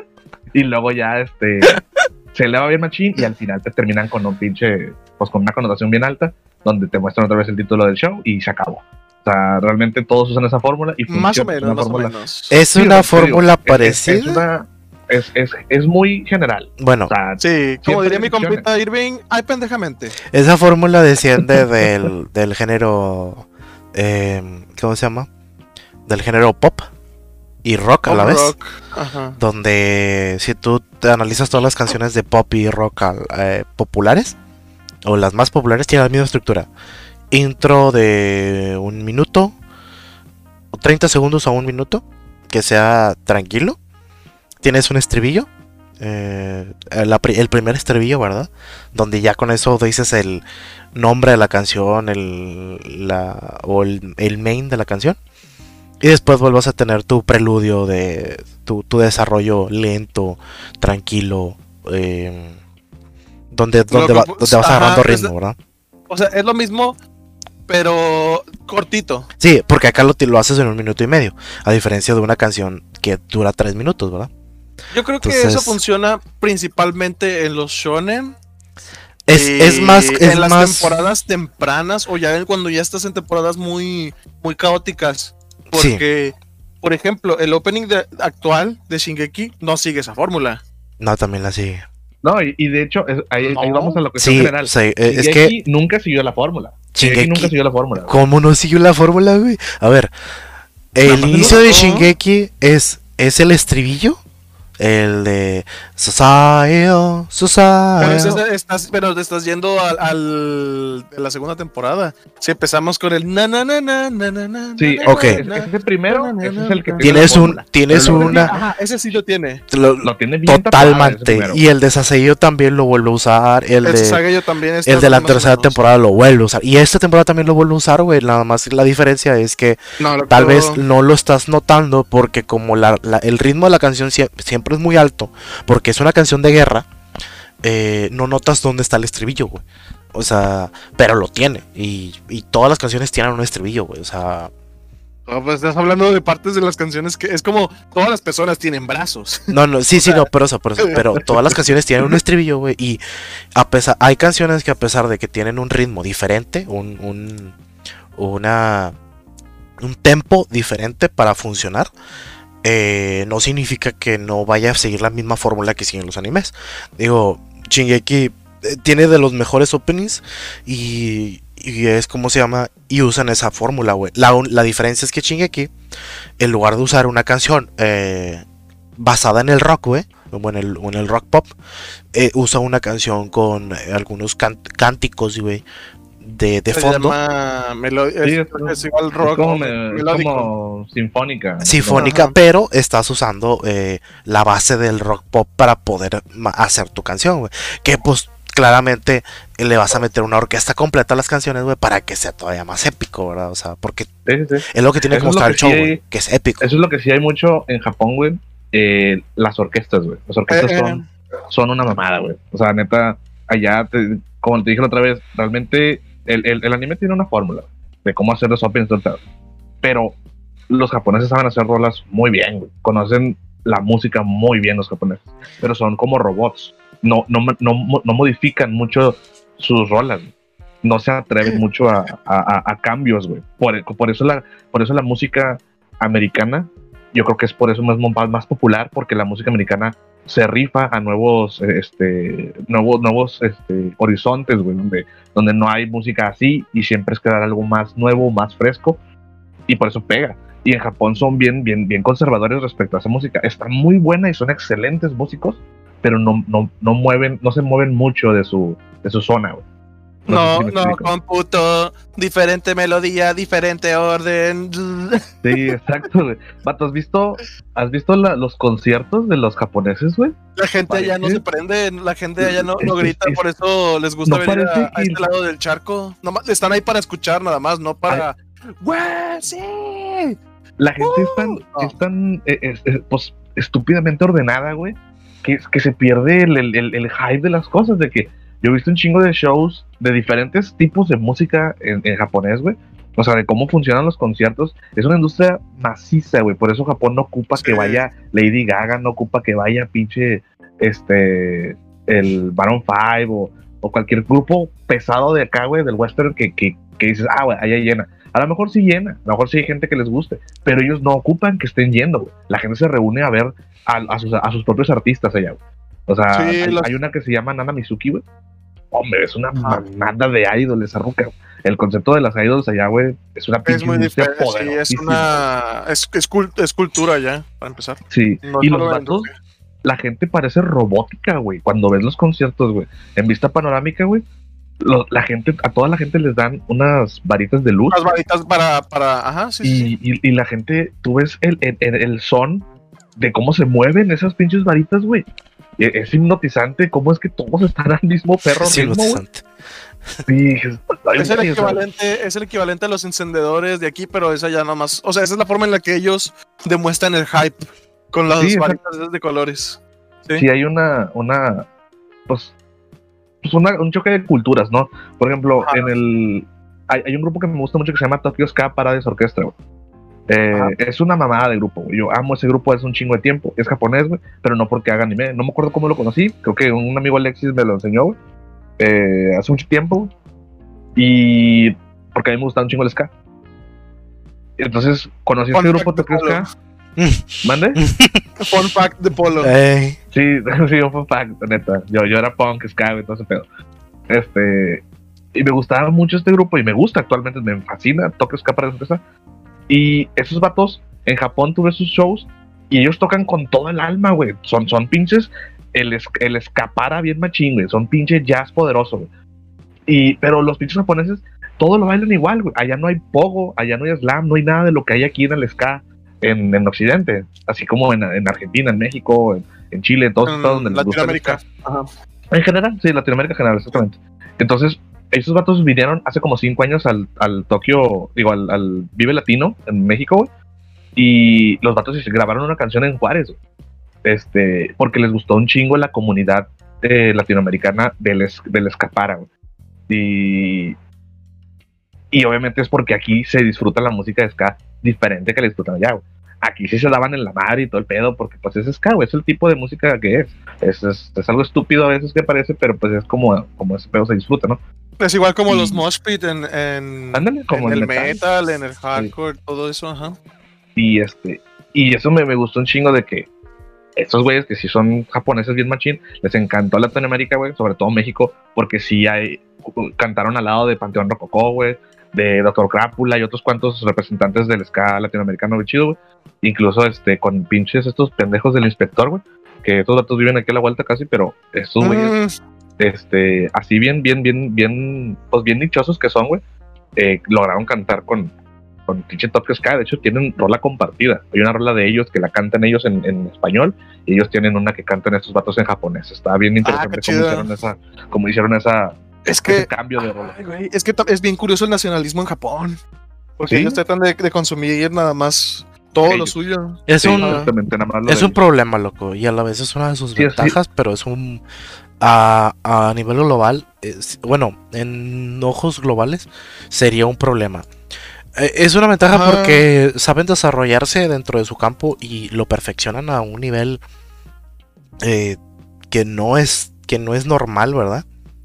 Y luego ya, este... se eleva bien machín y al final te terminan con un pinche... Pues con una connotación bien alta, donde te muestran otra vez el título del show y se acabó. O sea, realmente todos usan esa fórmula y funciona. Más o menos, una más fórmula. o menos. ¿Es sí, una fórmula digo, parecida? Es, es una... Es, es, es muy general. Bueno, o sea, sí, como diría mi compita Irving, ay pendejamente. Esa fórmula desciende del, del género, eh, ¿cómo se llama? Del género pop y rock a la vez. Rock. Ajá. Donde si tú te analizas todas las canciones de pop y rock eh, populares, o las más populares, tienen la misma estructura. Intro de un minuto, treinta segundos a un minuto, que sea tranquilo. Tienes un estribillo, eh, la, el primer estribillo, ¿verdad? Donde ya con eso dices el nombre de la canción, el, la, o el, el main de la canción. Y después vuelvas a tener tu preludio de tu, tu desarrollo lento, tranquilo, eh, donde, donde, va, donde vas agarrando ritmo, es, ¿verdad? O sea, es lo mismo, pero cortito. Sí, porque acá lo, lo haces en un minuto y medio, a diferencia de una canción que dura tres minutos, ¿verdad? Yo creo Entonces, que eso funciona principalmente en los shonen. Es, es más es en las más... temporadas tempranas o ya cuando ya estás en temporadas muy, muy caóticas. Porque, sí. por ejemplo, el opening de, actual de Shingeki no sigue esa fórmula. No, también la sigue. No, y, y de hecho, es, ahí, no. ahí vamos a lo que es sí, general. Sí, eh, es Shingeki que nunca siguió la fórmula. Shingeki, Shingeki nunca siguió la fórmula. ¿Cómo no siguió la fórmula, güey? A ver, el inicio de Shingeki es, es el estribillo. El de Susayo, Susayo. Pero, estás, pero te estás yendo al, al de la segunda temporada. Si empezamos con el na na na na na na na. Sí, na, ok. Ese es el primero, na, na, ese es el que tienes un, tienes una. Ajá, ese sí lo tiene. Lo, lo tiene bien totalmente. Tapada, y el de Saseyo también lo vuelve a usar. El, el de Saseyo también está. El de la tercera temporada lo vuelve a usar. Y esta temporada también lo vuelve a usar, güey. Nada más la diferencia es que no, tal que... vez no lo estás notando porque como la, la, el ritmo de la canción siempre, siempre es muy alto, porque es una canción de guerra, eh, no notas dónde está el estribillo, güey. O sea, pero lo tiene. Y, y todas las canciones tienen un estribillo, güey. O sea... Oh, pues estás hablando de partes de las canciones que es como todas las personas tienen brazos. No, no, sí, sí, no, pero eso, pero eso. Pero todas las canciones tienen un estribillo, güey. Y a pesar, hay canciones que a pesar de que tienen un ritmo diferente, un, un, una, un tempo diferente para funcionar, Eh, no significa que no vaya a seguir la misma fórmula que siguen los animes. Digo, Shingeki eh, tiene de los mejores openings y, y es como se llama, y usan esa fórmula, güey. La, la diferencia es que Shingeki, en lugar de usar una canción eh, basada en el rock, güey, o en el, o en el rock pop, eh, usa una canción con eh, algunos can cánticos, güey, de, de fondo. Melo sí, es, es igual rock, es como, me, es como sinfónica. Sinfónica, ¿no? Pero estás usando eh, la base del rock pop para poder hacer tu canción, güey. Que pues claramente le vas a meter una orquesta completa a las canciones, güey, para que sea todavía más épico, ¿verdad? O sea, porque sí, sí, sí. es lo que tiene eso que mostrar el show, sí güey, que es épico. Eso es lo que sí hay mucho en Japón, güey. Eh, las orquestas, güey. Las orquestas eh, son, son una mamada, güey. O sea, neta, allá, te, como te dije la otra vez, realmente el, el, el anime tiene una fórmula de cómo hacer los openings, pero los japoneses saben hacer rolas muy bien, güey. Conocen la música muy bien los japoneses, pero son como robots. No, no, no, no modifican mucho sus rolas, güey. no se atreven mucho a, a, a cambios, güey. Por, por, eso la, por eso la música americana, yo creo que es por eso más, más popular, porque la música americana se rifa a nuevos, este, nuevos, nuevos este, horizontes, güey, donde, donde no hay música así y siempre es crear algo más nuevo, más fresco, y por eso pega. Y en Japón son bien, bien, bien conservadores respecto a esa música. Está muy buena y son excelentes músicos, pero no, no, no mueven, no se mueven mucho de su, de su zona, güey. No, no, si no computo, diferente melodía, diferente orden. Sí, exacto, güey. Vato, ¿has visto, has visto la, los conciertos de los japoneses, güey? La gente allá no se prende, la gente allá no, no grita, es, por eso les gusta no venir a, a este lado del charco. Nomás están ahí para escuchar, nada más, no para... ¡Güey, sí! La gente uh, es tan, no. es tan eh, es, es, pues, estúpidamente ordenada, güey, que, que se pierde el, el, el, el hype de las cosas, de que yo he visto un chingo de shows de diferentes tipos de música en, en japonés, güey. O sea, de cómo funcionan los conciertos. Es una industria maciza, güey. Por eso Japón no ocupa sí. que vaya Lady Gaga, no ocupa que vaya pinche este el Maroon cinco o, o cualquier grupo pesado de acá, güey, del western que, que, que dices, ah, güey, allá llena. A lo mejor sí llena, a lo mejor sí hay gente que les guste, pero ellos no ocupan que estén yendo, güey. La gente se reúne a ver a, a, sus, a sus propios artistas allá, güey. O sea, sí, hay, los... hay una que se llama Nana Mizuki, güey. Hombre, es una ah. manada de idols esa ruca. El concepto de las idols allá, güey, es una pinche industria poderosísima. Sí, es una... Es, es, cult, es cultura ya, para empezar. Sí, no y los vatos, la gente parece robótica, güey, cuando ves los conciertos, güey. En vista panorámica, güey, lo, la gente, a toda la gente les dan unas varitas de luz. Unas varitas para... para ajá, sí, y, sí. Y, y la gente, tú ves el, el, el son de cómo se mueven esas pinches varitas, güey. Es hipnotizante cómo es que todos están al mismo perro sí, mismo, sí, es, es, el equivalente, es el equivalente a los encendedores de aquí, pero esa ya nada más, o sea, esa es la forma en la que ellos demuestran el hype con las sí, varitas de colores. Sí, sí hay una, una, pues, pues una, un choque de culturas, ¿no? Por ejemplo, ah, en el, hay, hay un grupo que me gusta mucho que se llama Tokyo Ska Paradise Orchestra, güey. Eh, es una mamada de grupo, güey. Yo amo ese grupo hace un chingo de tiempo. Es japonés, güey, pero no porque haga anime. No me acuerdo cómo lo conocí. Creo que un amigo Alexis me lo enseñó, güey. Eh, hace mucho tiempo, güey. Y porque a mí me gustaba un chingo el ska. Entonces conocí este grupo Tokyo Ska. ¿Mande? Fun fact de Polo. Hey. Sí, sí, un fun fact, neta. Yo, yo era punk, ska, y todo ese pedo. Este. Y me gustaba mucho este grupo y me gusta actualmente. Me fascina Tokyo Ska para empezar. Y esos vatos, en Japón tú ves sus shows y ellos tocan con todo el alma, güey. Son, son pinches, el, el escapara bien machín, güey. Son pinches jazz poderoso, güey. Y, pero los pinches japoneses, todos lo bailan igual, güey. Allá no hay pogo, allá no hay slam, no hay nada de lo que hay aquí en el ska en, en Occidente. Así como en, en Argentina, en México, en, en Chile, en todos los estados donde les gusta el ska. Ajá. En general, sí, Latinoamérica en general, exactamente. Entonces, esos vatos vinieron hace como cinco años al, al Tokio, digo, al, al Vive Latino en México, güey. Y los vatos grabaron una canción en Juárez, güey. Este, porque les gustó un chingo la comunidad eh, latinoamericana del, es, del escapara, güey. Y, y obviamente es porque aquí se disfruta la música de ska diferente que la disfrutan allá, güey. Aquí sí se daban en la madre y todo el pedo, porque pues es ska, güey, es el tipo de música que es. Es, es. es algo estúpido a veces que parece, pero pues es como, como ese pedo se disfruta, ¿no? Es igual como y, los mosh pit en, en, ándale, como en el el metal, metal, en el hardcore, sí. Todo eso, ajá. Y este, y eso me, me gustó un chingo de que estos güeyes que sí son japoneses bien machín, les encantó Latinoamérica, güey, sobre todo México, porque sí hay, cantaron al lado de Panteón Rococó, güey, de Doctor Crápula y otros cuantos representantes del ska latinoamericano, güey, chido, güey. Incluso este, con pinches estos pendejos del Inspector, güey, que estos datos viven aquí a la vuelta casi, pero estos güeyes, mm. este, así bien, bien, bien, bien, pues bien dichosos que son, güey, eh, lograron cantar con, con pinche Tokyo Ska. De hecho, tienen rola compartida. Hay una rola de ellos que la cantan ellos en, en español y ellos tienen una que cantan estos vatos en japonés. Está bien interesante ah, cómo hicieron esa, cómo hicieron esa, es que, ese cambio de rola. Ay, güey, es que es bien curioso el nacionalismo en Japón, porque ¿sí? Ellos tratan de, de consumir nada más todo ellos. Lo suyo. Es, sí, un, es un problema, loco, y a la vez es una de sus sí, ventajas, sí. Pero es un... A, a nivel global, es, bueno, en ojos globales, sería un problema. Es una ventaja Ajá. porque saben desarrollarse dentro de su campo y lo perfeccionan a un nivel eh, que no es que no es normal, ¿verdad?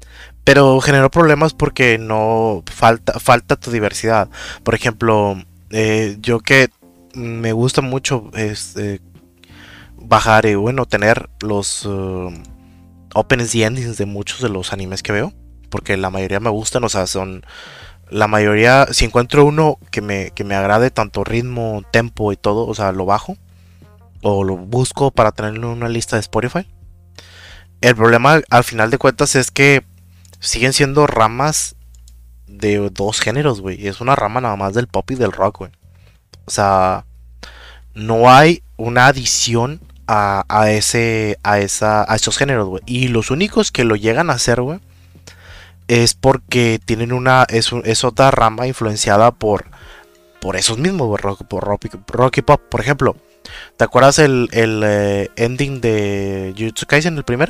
pero generó problemas porque no falta, falta tu diversidad. Por ejemplo, eh, yo que me gusta mucho este, bajar y bueno, tener los uh, opens y endings de muchos de los animes que veo, porque la mayoría me gustan, o sea, son la mayoría, si encuentro uno que me, que me agrade tanto ritmo, tempo y todo, o sea, lo bajo o lo busco para tenerlo en una lista de Spotify. El problema al final de cuentas es que siguen siendo ramas de dos géneros, güey. Es una rama nada más del pop y del rock, güey. O sea, no hay una adición a, a ese a esa a esos géneros, güey. Y los únicos que lo llegan a hacer, güey, es porque tienen una es, es otra rama influenciada por por esos mismos, güey, rock, por rock, rock y pop. Por ejemplo, ¿te acuerdas el, el eh, ending de Jujutsu Kaisen, el primero?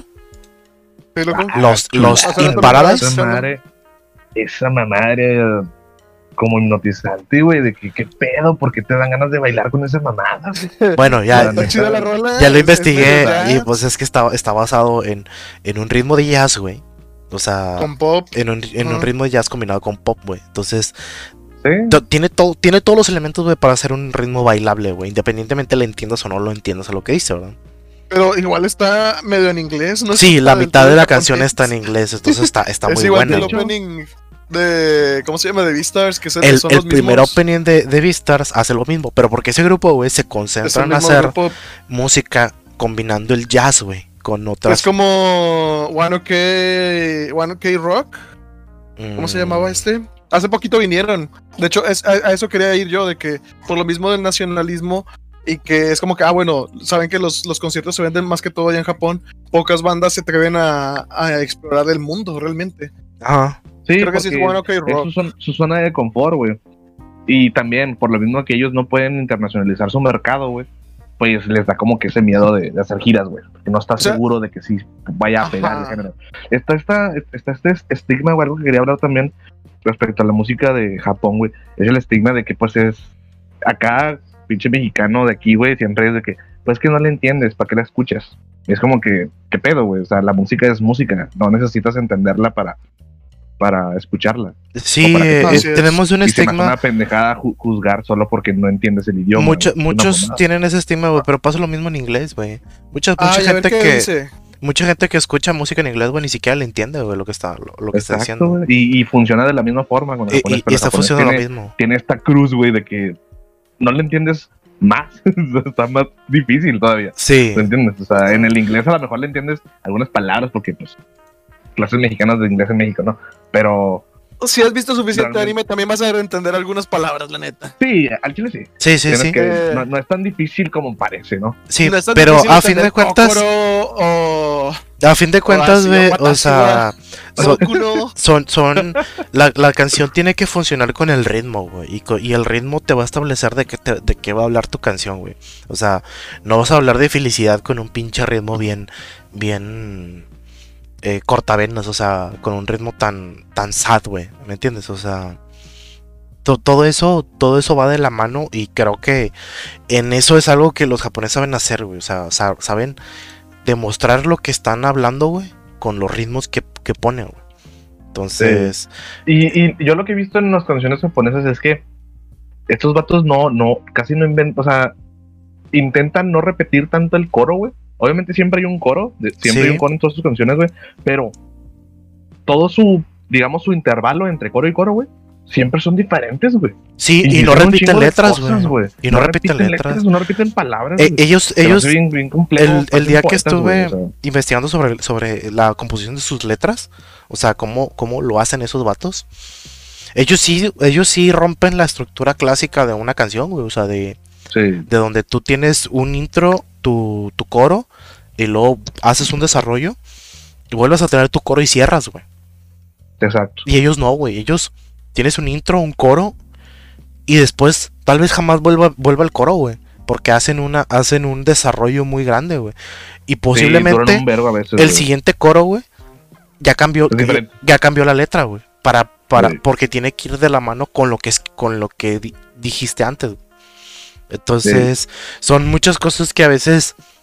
Ah, los los imparables. Esa madre, esa madre como hipnotizante, güey, de que qué pedo, porque te dan ganas de bailar con esa mamada. Bueno, ya, ya, ya lo investigué y pues es que está, está basado en, en un ritmo de jazz, güey. O sea, con pop. En un, en uh-huh. un ritmo de jazz combinado con pop, güey. Entonces, ¿sí? to, tiene, to, tiene todos los elementos, güey, para hacer un ritmo bailable, güey. Independientemente le entiendas o no lo entiendas a lo que dice, ¿verdad? Pero igual está medio en inglés, ¿no? Sí, la mitad de la canción está en inglés, entonces está, está muy buena. Es igual que el opening de... ¿Cómo se llama? De Beastars, que es el, el, son el los primer mismos... opening de, de Beastars hace lo mismo, pero porque ese grupo, güey, se concentra en hacer grupo... música combinando el jazz, güey, con otras... Es como One Ok, One Ok Rock, ¿cómo mm. se llamaba este? Hace poquito vinieron, de hecho es, a, a eso quería ir yo, de que por lo mismo del nacionalismo... Y que es como que, ah, bueno, saben que los, los conciertos se venden más que todo allá en Japón. Pocas bandas se atreven a, a explorar el mundo, realmente. Ajá. Sí, creo que sí es bueno que rock. Es su, su zona de confort, güey. Y también, por lo mismo que ellos no pueden internacionalizar su mercado, güey, pues les da como que ese miedo de, de hacer giras, güey. Porque no está o sea, seguro de que sí vaya a pegar el género. Está, está, está este estigma, o algo que quería hablar también respecto a la música de Japón, güey. Es el estigma de que, pues, es acá... pinche mexicano de aquí, güey, siempre es de que, pues que no le entiendes, ¿para qué la escuchas? Y es como que, ¿qué pedo, güey? O sea, la música es música, no necesitas entenderla para, para escucharla. Sí, eh, no, sí tenemos un y estigma. Es una pendejada ju juzgar solo porque no entiendes el idioma. Mucho, muchos tienen ese estigma, güey, pero pasa lo mismo en inglés, güey. Mucha, mucha ah, gente que... Dice. Mucha gente que escucha música en inglés, güey, ni siquiera le entiende, güey, lo que está, lo, lo que Exacto, está diciendo. Y, y funciona de la misma forma. Con y, y, y está funcionando lo mismo. Tiene esta cruz, güey, de que no le entiendes más, está más difícil todavía. Sí. ¿Me entiendes? O sea, en el inglés a lo mejor le entiendes algunas palabras porque, pues, clases mexicanas de inglés en México, ¿no? Pero... Si has visto suficiente realmente... anime, también vas a entender algunas palabras, la neta. Sí, al chile sí. Sí, sí, sí. Que eh... no, no es tan difícil como parece, ¿no? Sí, no pero a fin de cuentas... O... A fin de cuentas, güey, o sea... Son, son, son la, la canción tiene que funcionar con el ritmo, güey. Y, y el ritmo te va a establecer de qué, te, de qué va a hablar tu canción, güey. O sea, no vas a hablar de felicidad con un pinche ritmo bien... Bien... Eh, cortavenas, o sea, con un ritmo tan tan sad, güey, ¿me entiendes? O sea, to, todo eso todo eso va de la mano y creo que en eso es algo que los japoneses saben hacer, güey, o sea, saben demostrar lo que están hablando, güey, con los ritmos que, que ponen, güey. Entonces... Sí. Y, y yo lo que he visto en las canciones japonesas es que estos vatos no, no, casi no inventan, o sea, intentan no repetir tanto el coro, güey. Obviamente siempre hay un coro, siempre sí. hay un coro en todas sus canciones, güey, pero todo su, digamos, su intervalo entre coro y coro, güey, siempre son diferentes, güey. Sí, y, y no repiten letras, güey. Y no, no repiten, repiten letras. letras. No repiten palabras. Eh, ellos, ellos, bien, bien complejo, el, el día que poetas, estuve güey, o sea. investigando sobre, sobre la composición de sus letras, o sea, cómo, cómo lo hacen esos vatos, ellos sí, ellos sí rompen la estructura clásica de una canción, güey, o sea, de... Sí. De donde tú tienes un intro, tu, tu coro, y luego haces un desarrollo, y vuelves a tener tu coro y cierras, güey. Exacto. Y ellos no, güey. Ellos tienes un intro, un coro, y después tal vez jamás vuelva, vuelva el coro, güey. Porque hacen una, hacen un desarrollo muy grande, güey. Y posiblemente sí, un vergo a veces, el güey. siguiente coro, güey, ya cambió, ya, ya cambió la letra, güey. Para, para, sí. Porque tiene que ir de la mano con lo que es, con lo que di, dijiste antes, güey. Entonces, sí. son muchas cosas que a veces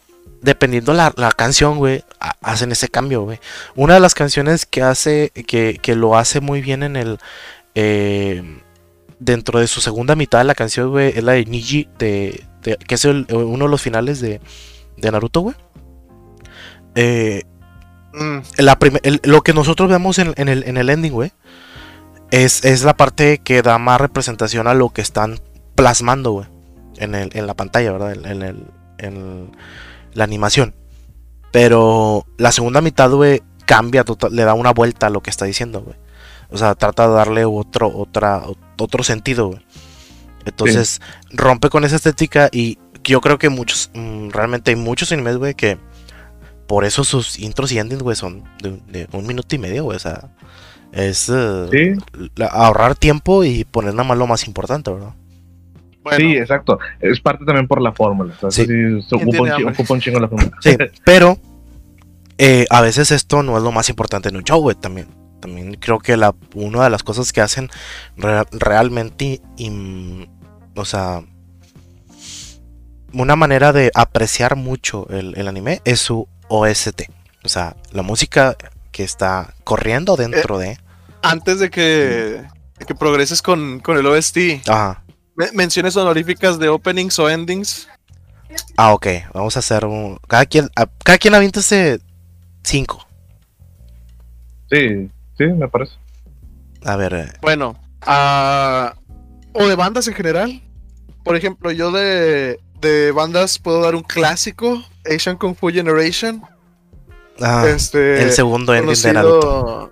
dependiendo la, la canción, güey, hacen ese cambio, güey. Una de las canciones que hace, que, que lo hace muy bien en el, eh, dentro de su segunda mitad de la canción, güey, es la de Niji, de, de, que es el, uno de los finales de, de Naruto, güey. Eh, mm. la prim- el, lo que nosotros vemos en, en, el, en el ending, güey, es, es la parte que da más representación a lo que están plasmando, güey, en, el, en la pantalla, ¿verdad? En, en, el, en la animación. Pero la segunda mitad, güey, cambia, total, le da una vuelta a lo que está diciendo, güey. O sea, trata de darle otro, otra, otro sentido, güey. Entonces, sí. rompe con esa estética y yo creo que muchos, mmm, realmente hay muchos animes, güey, que por eso sus intros y endings, güey, son de, de un minuto y medio, güey. O sea, es uh, ¿sí? la, ahorrar tiempo y poner nada más lo más importante, ¿verdad? Bueno. Sí, exacto. Es parte también por la fórmula. O sea, sí. Sí, se ocupa, un chingo, ocupa un chingo la fórmula. Sí, pero eh, a veces esto no es lo más importante en un show, güey, también. También creo que la, una de las cosas que hacen re, realmente, im, o sea, una manera de apreciar mucho el, el anime es su O S T. O sea, la música que está corriendo dentro eh, de... Antes de que, de que progreses con, con el O S T, ajá. menciones honoríficas de openings o endings. Ah, ok. Vamos a hacer un... Cada quien, a, cada quien aviéntese cinco. Sí. Sí, me parece. A ver. Eh. Bueno, uh, o de bandas en general. Por ejemplo, yo de, de bandas puedo dar un clásico, Asian Kung Fu Generation. Ah, este, el segundo ending de Naruto.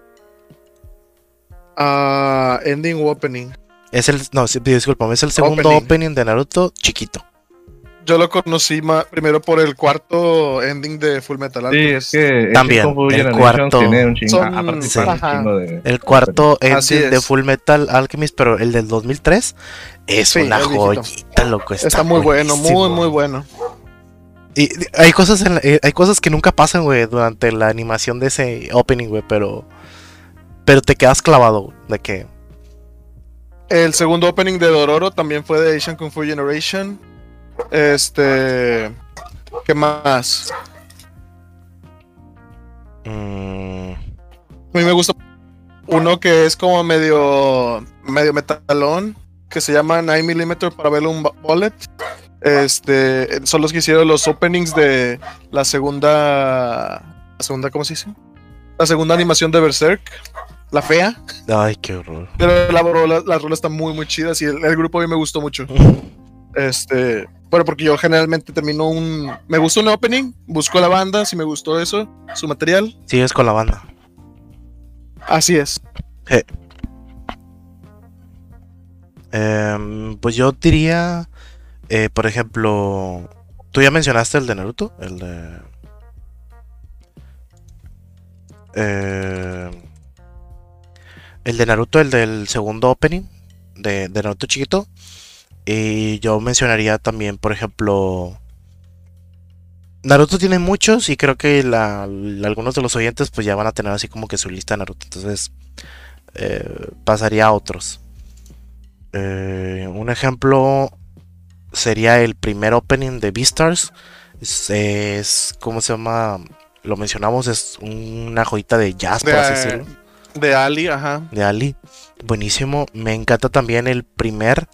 Uh, ending o opening. Es el, no, disculpame, es el segundo opening, opening de Naruto chiquito. Yo lo conocí ma- primero por el cuarto ending de Full Metal Alchemist. Sí, es que también el cuarto, tiene un chingo, son, aparte sí. un chingo de, el cuarto ending de Full Metal Alchemist, pero el del dos mil tres es sí, una joyita, loco. Está, está muy buenísimo. bueno, muy muy bueno. Y hay cosas en la, hay cosas que nunca pasan, güey, durante la animación de ese opening, güey, pero pero te quedas clavado de que el segundo opening de Dororo también fue de Asian Kung Fu Generation. Este, ¿qué más? Mm. A mí me gusta uno que es como medio medio metalón, que se llama nine millimeter Parabellum Bullet. Este, son los que hicieron los openings de la segunda la segunda, ¿cómo se dice? La segunda animación de Berserk, la fea. Ay, qué horror. Pero la rola, la rola está muy muy chida y el, el grupo a mí me gustó mucho. Este, bueno, porque yo generalmente termino un... Me gustó un opening, busco la banda, si me gustó eso, su material. Sigues con la banda. Así es. Sí. Eh, pues yo diría, eh, por ejemplo, tú ya mencionaste el de Naruto, el de... Eh, el de Naruto, el del segundo opening de, de Naruto chiquito. Y yo mencionaría también, por ejemplo, Naruto tiene muchos y creo que la, la, algunos de los oyentes pues ya van a tener así como que su lista de Naruto. Entonces eh, pasaría a otros. Eh, un ejemplo sería el primer opening de Beastars. Es, es ¿cómo se llama? Lo mencionamos, es una joyita de jazz, por así decirlo. De Ali, ajá. De Ali. Buenísimo. Me encanta también el primer...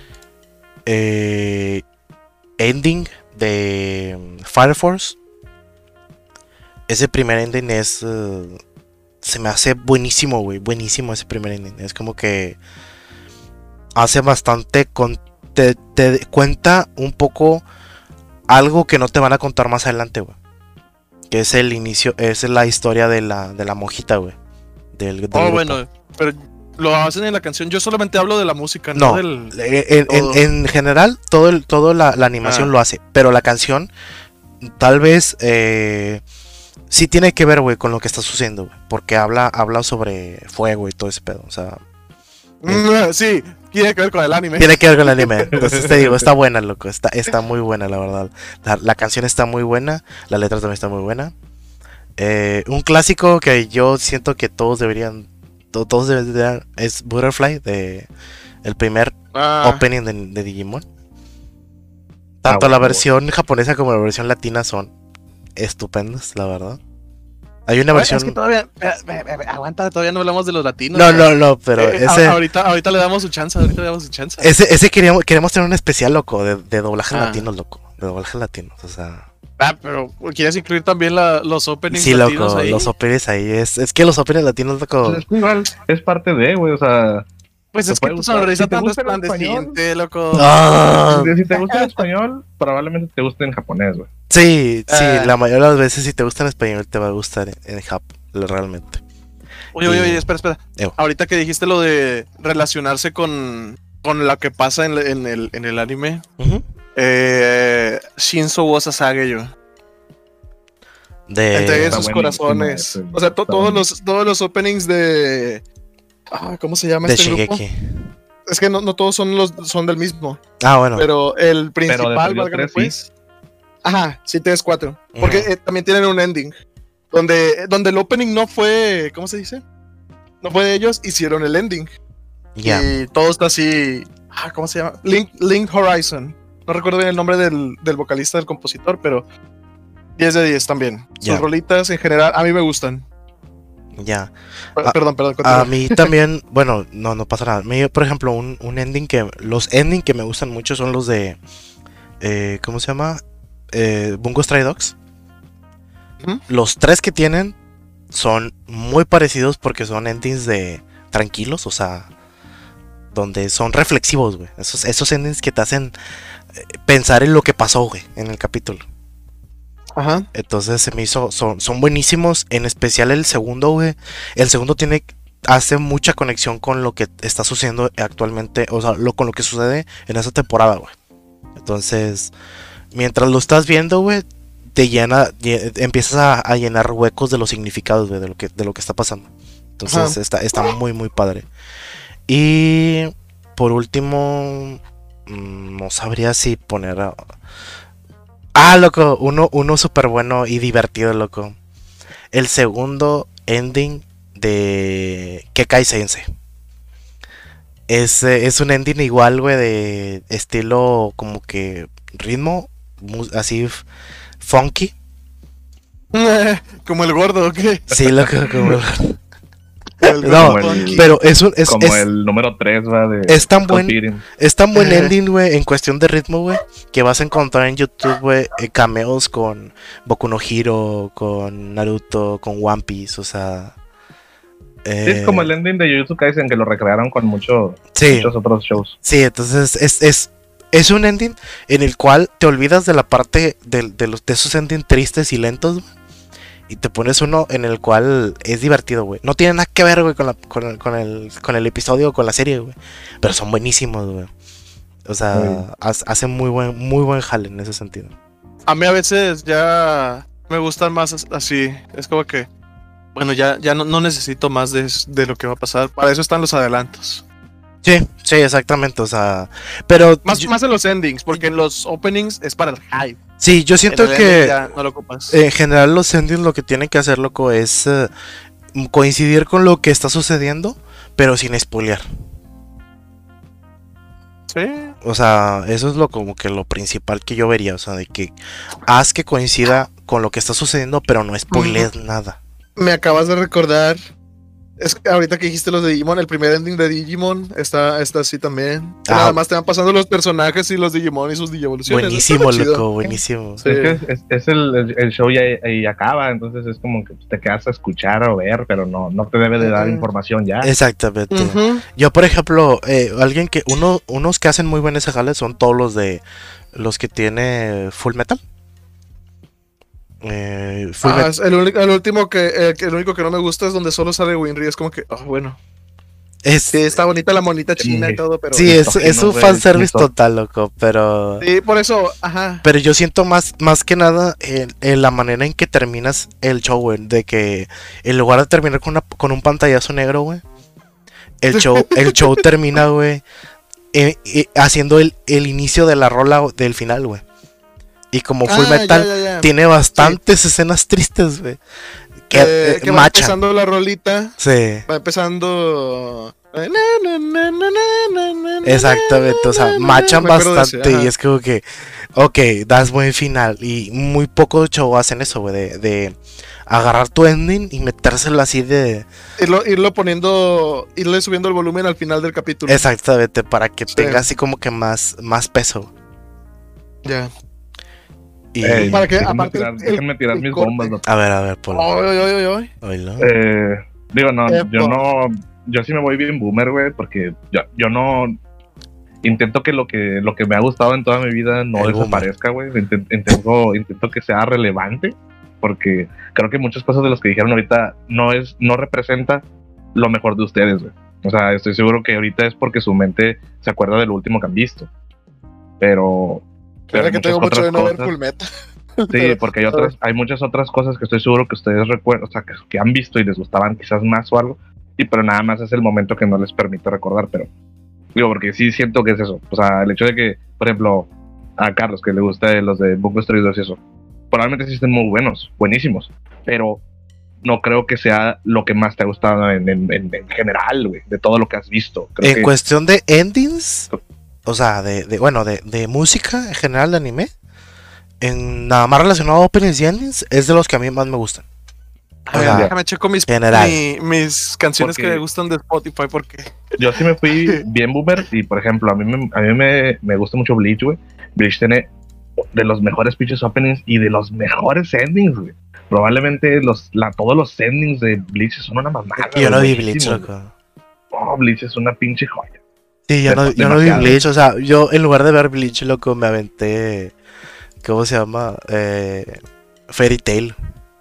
Eh, ending de Fire Force. Ese primer ending es uh, se me hace buenísimo, güey, buenísimo ese primer ending. Es como que hace bastante con, te, te cuenta un poco algo que no te van a contar más adelante, güey. Que es el inicio, es la historia de la de la monjita, güey. Del, del oh, grupo. bueno, pero lo hacen en la canción. Yo solamente hablo de la música, no, no del... En, en, en general, todo el, todo la, la animación ah. lo hace. Pero la canción, tal vez, eh, sí tiene que ver, güey, con lo que está sucediendo, güey. Porque habla, habla sobre fuego y todo ese pedo. O sea... Eh, sí, tiene que ver con el anime. Tiene que ver con el anime. Entonces te digo, está buena, loco. Está, está muy buena, la verdad. La, la canción está muy buena. La letra también está muy buena. Eh, un clásico que yo siento que todos deberían... Todos deberían... Es Butterfly, de el primer ah. opening de, de Digimon. Tanto ah, bueno, la versión bueno. japonesa como la versión latina son estupendos, la verdad. Hay una versión. Es que todavía. Eh, eh, eh, aguanta, todavía no hablamos de los latinos. No, no, no, pero eh, ese. Ahorita, ahorita le damos su chance, ahorita le damos su chance. Ese, ese queríamos, queremos tener un especial, loco, de, de doblaje Ah. latino, loco. De doblaje latino, o sea. Ah, pero ¿quieres incluir también la, los openings Sí, latinos loco, ahí? los openings ahí. Es, es que los openings latinos, loco. Pues es que igual es parte de, güey, o sea. Pues te es que puede tu gustar. sonrisa Si te tan gusta el resplandeciente, loco. Ah, Si te gusta en español, probablemente te guste en japonés, güey. sí, sí, Ah. la mayoría de las veces si te gusta en español te va a gustar en, en Jap, realmente. Oye, oye, Y- oye, espera, espera. Ew. Ahorita que dijiste lo de relacionarse con, con lo que pasa en, en el, en el anime, Ujú. eh, Shinzo wo Sasage yo. De... Entregué está sus buenísimo corazones. ese, O sea, to- está todos, buenísimo. los, todos los openings de. Ah, ¿cómo se llama de este grupo? Shigeki. Es que no, no todos son los son del mismo. Ah, bueno. Pero el principal, perdió válgame tres, pues. Ajá, sí, tres, cuatro. Porque Ujú. eh, también tienen un ending. Donde, donde el opening no fue. ¿Cómo se dice? No fue de ellos, hicieron el ending. Ya. Y todo está así. Ah, ¿cómo se llama? Link, Link Horizon. No recuerdo bien el nombre del, del vocalista, del compositor, pero diez de diez también. Sus Ya. rolitas en general a mí me gustan. Ya. P- Ah, perdón, perdón. continúa. A mí también, bueno, no, no pasa nada. A mí, por ejemplo, un, un ending que. Los ending que me gustan mucho son los de. Eh, ¿Cómo se llama? Eh, Bungo Stray Dogs. Ujú. Los tres que tienen son muy parecidos porque son endings de tranquilos, o sea, donde son reflexivos, güey. Esos, esos endings que te hacen eh, pensar en lo que pasó, güey, en el capítulo. Ajá. Entonces se me hizo, son, son buenísimos, en especial el segundo, güey. El segundo tiene, hace mucha conexión con lo que está sucediendo actualmente, o sea, lo, con lo que sucede en esa temporada, güey. Entonces, mientras lo estás viendo, güey, te llena, lle- empiezas a, a llenar huecos de los significados, güey, de lo que, de lo que está pasando. Entonces Ajá. está, está muy, muy padre. Y por último, mm, no sabría si poner a... Ah, loco, uno, uno súper bueno y divertido, loco. El segundo ending de Kekai Sensei. Es, eh, es un ending igual, güey, de estilo como que ritmo, mu- así f- funky. Como el gordo, ¿o qué? Sí, loco, como... El No, gordo como el- funky. pero es un... Es, Como es- el número tres, va, de es tan buen... Competing. Es tan buen Eh. ending, güey, en cuestión de ritmo, güey, que vas a encontrar en YouTube, güey, eh, cameos con Boku no Hero, con Naruto, con One Piece, o sea... Sí, eh, es como el ending de Jujutsu Kaisen que lo recrearon con mucho, Sí, muchos otros shows. sí, entonces es, es, es un ending en el cual te olvidas de la parte de, de, los, de esos endings tristes y lentos, güey, y te pones uno en el cual es divertido, güey. No tiene nada que ver, güey, con, la, con, el, con, el, con el episodio o con la serie, güey, pero son buenísimos, güey. O sea, Sí. ha- hacen muy buen, muy buen jale en ese sentido. A mí a veces ya me gustan más as- así. Es como que, bueno, ya, ya no, no necesito más de, de lo que va a pasar. Para eso están los adelantos. Sí, sí, exactamente, o sea, pero Más, yo- más en los endings, porque en los openings es para el hype. sí, yo siento En el ending que ya no lo ocupas. en general los endings lo que tienen que hacer, loco, es eh, coincidir con lo que está sucediendo, pero sin spoilear. Sí. O sea, eso es lo como que lo principal que yo vería, o sea, de que haz que coincida con lo que está sucediendo, pero no spoilees nada. Me acabas de recordar. Es que ahorita que dijiste los de Digimon, el primer ending de Digimon está, está así también. Que Ah. Nada más te van pasando los personajes y los Digimon y sus Digievoluciones. Buenísimo, Está chido. loco, buenísimo. Sí. Es que es, es el, el- el show ya y acaba, entonces es como que te quedas a escuchar o ver, pero no, no te debe de dar Ujú. información ya. Exactamente. Ujú. Yo, por ejemplo, eh, alguien que uno, unos que hacen muy buen ese jale son todos los de los que tiene Full Metal. Eh, Full Ah, Metal. es el, único- el último que, el, que- el único que no me gusta es donde solo sale Winry. Es como que, oh, bueno. Es, Sí, está bonita la monita china y Sí. todo, pero. sí, es, misógino, es un güey, fanservice misógino. total, loco, pero... Sí, por eso, ajá. Pero yo siento más, más que nada en, en la manera en que terminas el show, güey. De que en lugar de terminar con, una, con un pantallazo negro, güey. El show, el show termina, güey. eh, eh, haciendo el, el inicio de la rola del final, güey. Y como Full Ah, Metal ya, ya, ya. tiene bastantes escenas tristes, güey. Que, Eh, eh, que va machan. empezando la rolita. Sí, Va empezando Exactamente, o sea, machan bastante y es como que, ok, das buen final. Y muy pocos shows hacen eso, güey, de, de agarrar tu ending y metérselo así de... Irlo, irlo poniendo, irle subiendo el volumen al final del capítulo. Exactamente, para que Sí. tenga así como que más, más peso. Ya. Y... Ey, Para que, déjenme aparte, tirar, el- déjenme tirar el mis corte. bombas, ¿no? A ver, a ver, Polo. Oy, oy, oy, oy. Oílo. Eh, digo, no, Epa. yo no, yo sí me voy bien boomer, güey, porque yo, yo no intento que lo que lo que me ha gustado en toda mi vida no El desaparezca, güey. Inten- Intento, intento que sea relevante, porque creo que muchas cosas de las que dijeron ahorita no es, no representa lo mejor de ustedes, güey. O sea, estoy seguro que ahorita es porque su mente se acuerda de lo último que han visto. Pero, pero Claro hay que muchas tengo mucho otras de no ver cosas- Full Metal. Sí, Pero- porque hay otras, hay muchas otras cosas que estoy seguro que ustedes recuerdan, o sea, que, que han visto y les gustaban quizás más o algo, y pero nada más es el momento que no les permite recordar, pero digo, porque sí siento que es eso, o sea, el hecho de que, por ejemplo, a Carlos que le gusta los de Bungo Stray Dogs y eso, probablemente sí estén muy buenos, buenísimos, pero no creo que sea lo que más te ha gustado en, en, en, en general, güey, de todo lo que has visto. Creo En que, cuestión de endings, o sea, de, de bueno, de, de música en general de anime, en nada más relacionado a openings y endings, es de los que a mí más me gustan. A O ver, sea, déjame checo mis, general. mi- mis canciones Porque- que me gustan de Spotify porque yo sí me fui bien boomer y, por ejemplo, a mí me, a mí me, me gusta mucho Bleach, güey. Bleach tiene de los mejores pitches openings y de los mejores endings, güey. Probablemente los, la, todos los endings de Bleach son una mamada. Yo no vi Bleach, buenísimos, loco. güey. Oh, Bleach es una pinche joya. Sí, yo no, yo no vi Demasiado. Bleach, o sea, yo en lugar de ver Bleach, loco, me aventé, ¿cómo se llama? Eh, Fairy Tail.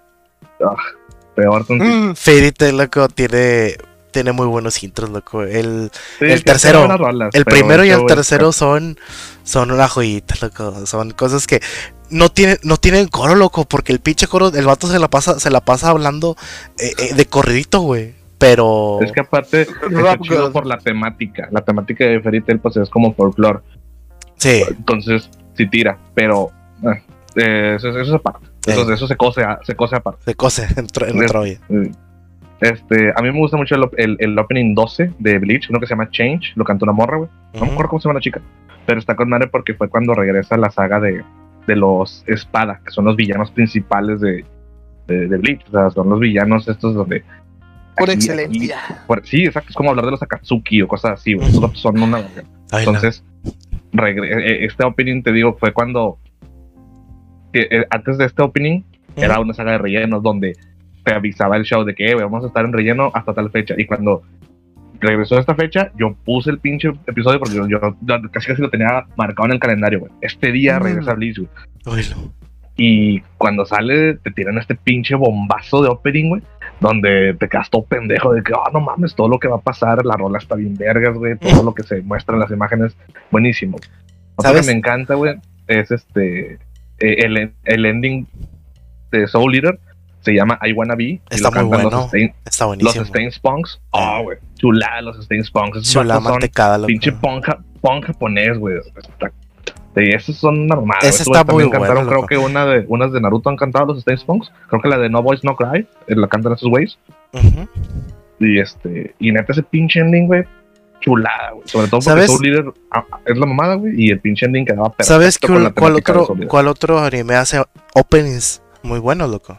Peor tantito. Mm, Fairy Tail, loco, tiene, tiene muy buenos intros, loco. El, Sí, el sí, tercero, tiene buenas rolas, el pero primero y el show es- tercero son, son una joyita, loco. Son cosas que no tienen, no tienen coro, loco, porque el pinche coro, el vato se la pasa, se la pasa hablando eh, eh, de corridito, güey. Pero Es que aparte Rap está chido God. por la temática. La temática de Fairy Tail pues es como folclore. sí, Entonces sí tira, pero eh, eh, eso, eso es aparte. Eso, Sí. eso se cose, a- se cose aparte. se cose en, tro- en Es- Troya. Eh, Este, a mí me gusta mucho el, op- el, el opening doce de Bleach, uno que se llama Change, lo cantó una morra, güey. No me Ujú. acuerdo cómo se llama la chica, pero está con madre porque fue cuando regresa la saga de, de los Espada, que son los villanos principales de, de, de Bleach. O sea, son los villanos estos donde... por aquí- excelencia. aquí- por- sí, exacto, es como hablar de los Akatsuki o cosas así, güey. Esos vatos son una... Ay, no. Entonces, regre- eh, este opening, te digo, fue cuando... que, eh, antes de este opening, era una saga de rellenos donde te avisaba el show de que "Eh, vamos a estar en relleno hasta tal fecha". Y cuando regresó a esta fecha, yo puse el pinche episodio porque yo, yo casi casi lo tenía marcado en el calendario, güey. Este día Mm. regresa Bleach, güey. Ay, no. Y cuando sale, te tiran este pinche bombazo de opening, güey, donde te quedas todo pendejo de que, oh, no mames, todo lo que va a pasar, la rola está bien vergas, güey, todo lo que se muestra en las imágenes, buenísimo. Otro ¿Sabes? que me encanta, güey, es este, eh, el, el ending de Soul Eater, se llama I Wanna Be, y Está lo muy cantan bueno. los Stain, Está los buenísimo. Stain Spunks. Oh, güey, chulada los Stain Spunks. Esos Chula vatos son mantecada, loco. pinche punk, ja- punk japonés, güey. Está- Sí, esos son normales. Ese está muy bueno, Creo loco. que una de, unas de Naruto han cantado los Stain Spunks. Creo que la de No Boys No Cry, eh, la cantan esos güeyes. Ujú. Y este, y neta ese pinche ending, güey, chulada, güey. Sobre todo porque ¿Sabes? Soul Leader ah, es la mamada, güey. Y el pinche ending quedaba perfecto. ¿Sabes con la cuál, cuál temática de otro, Soul Leader. cuál otro anime hace openings muy buenos, loco?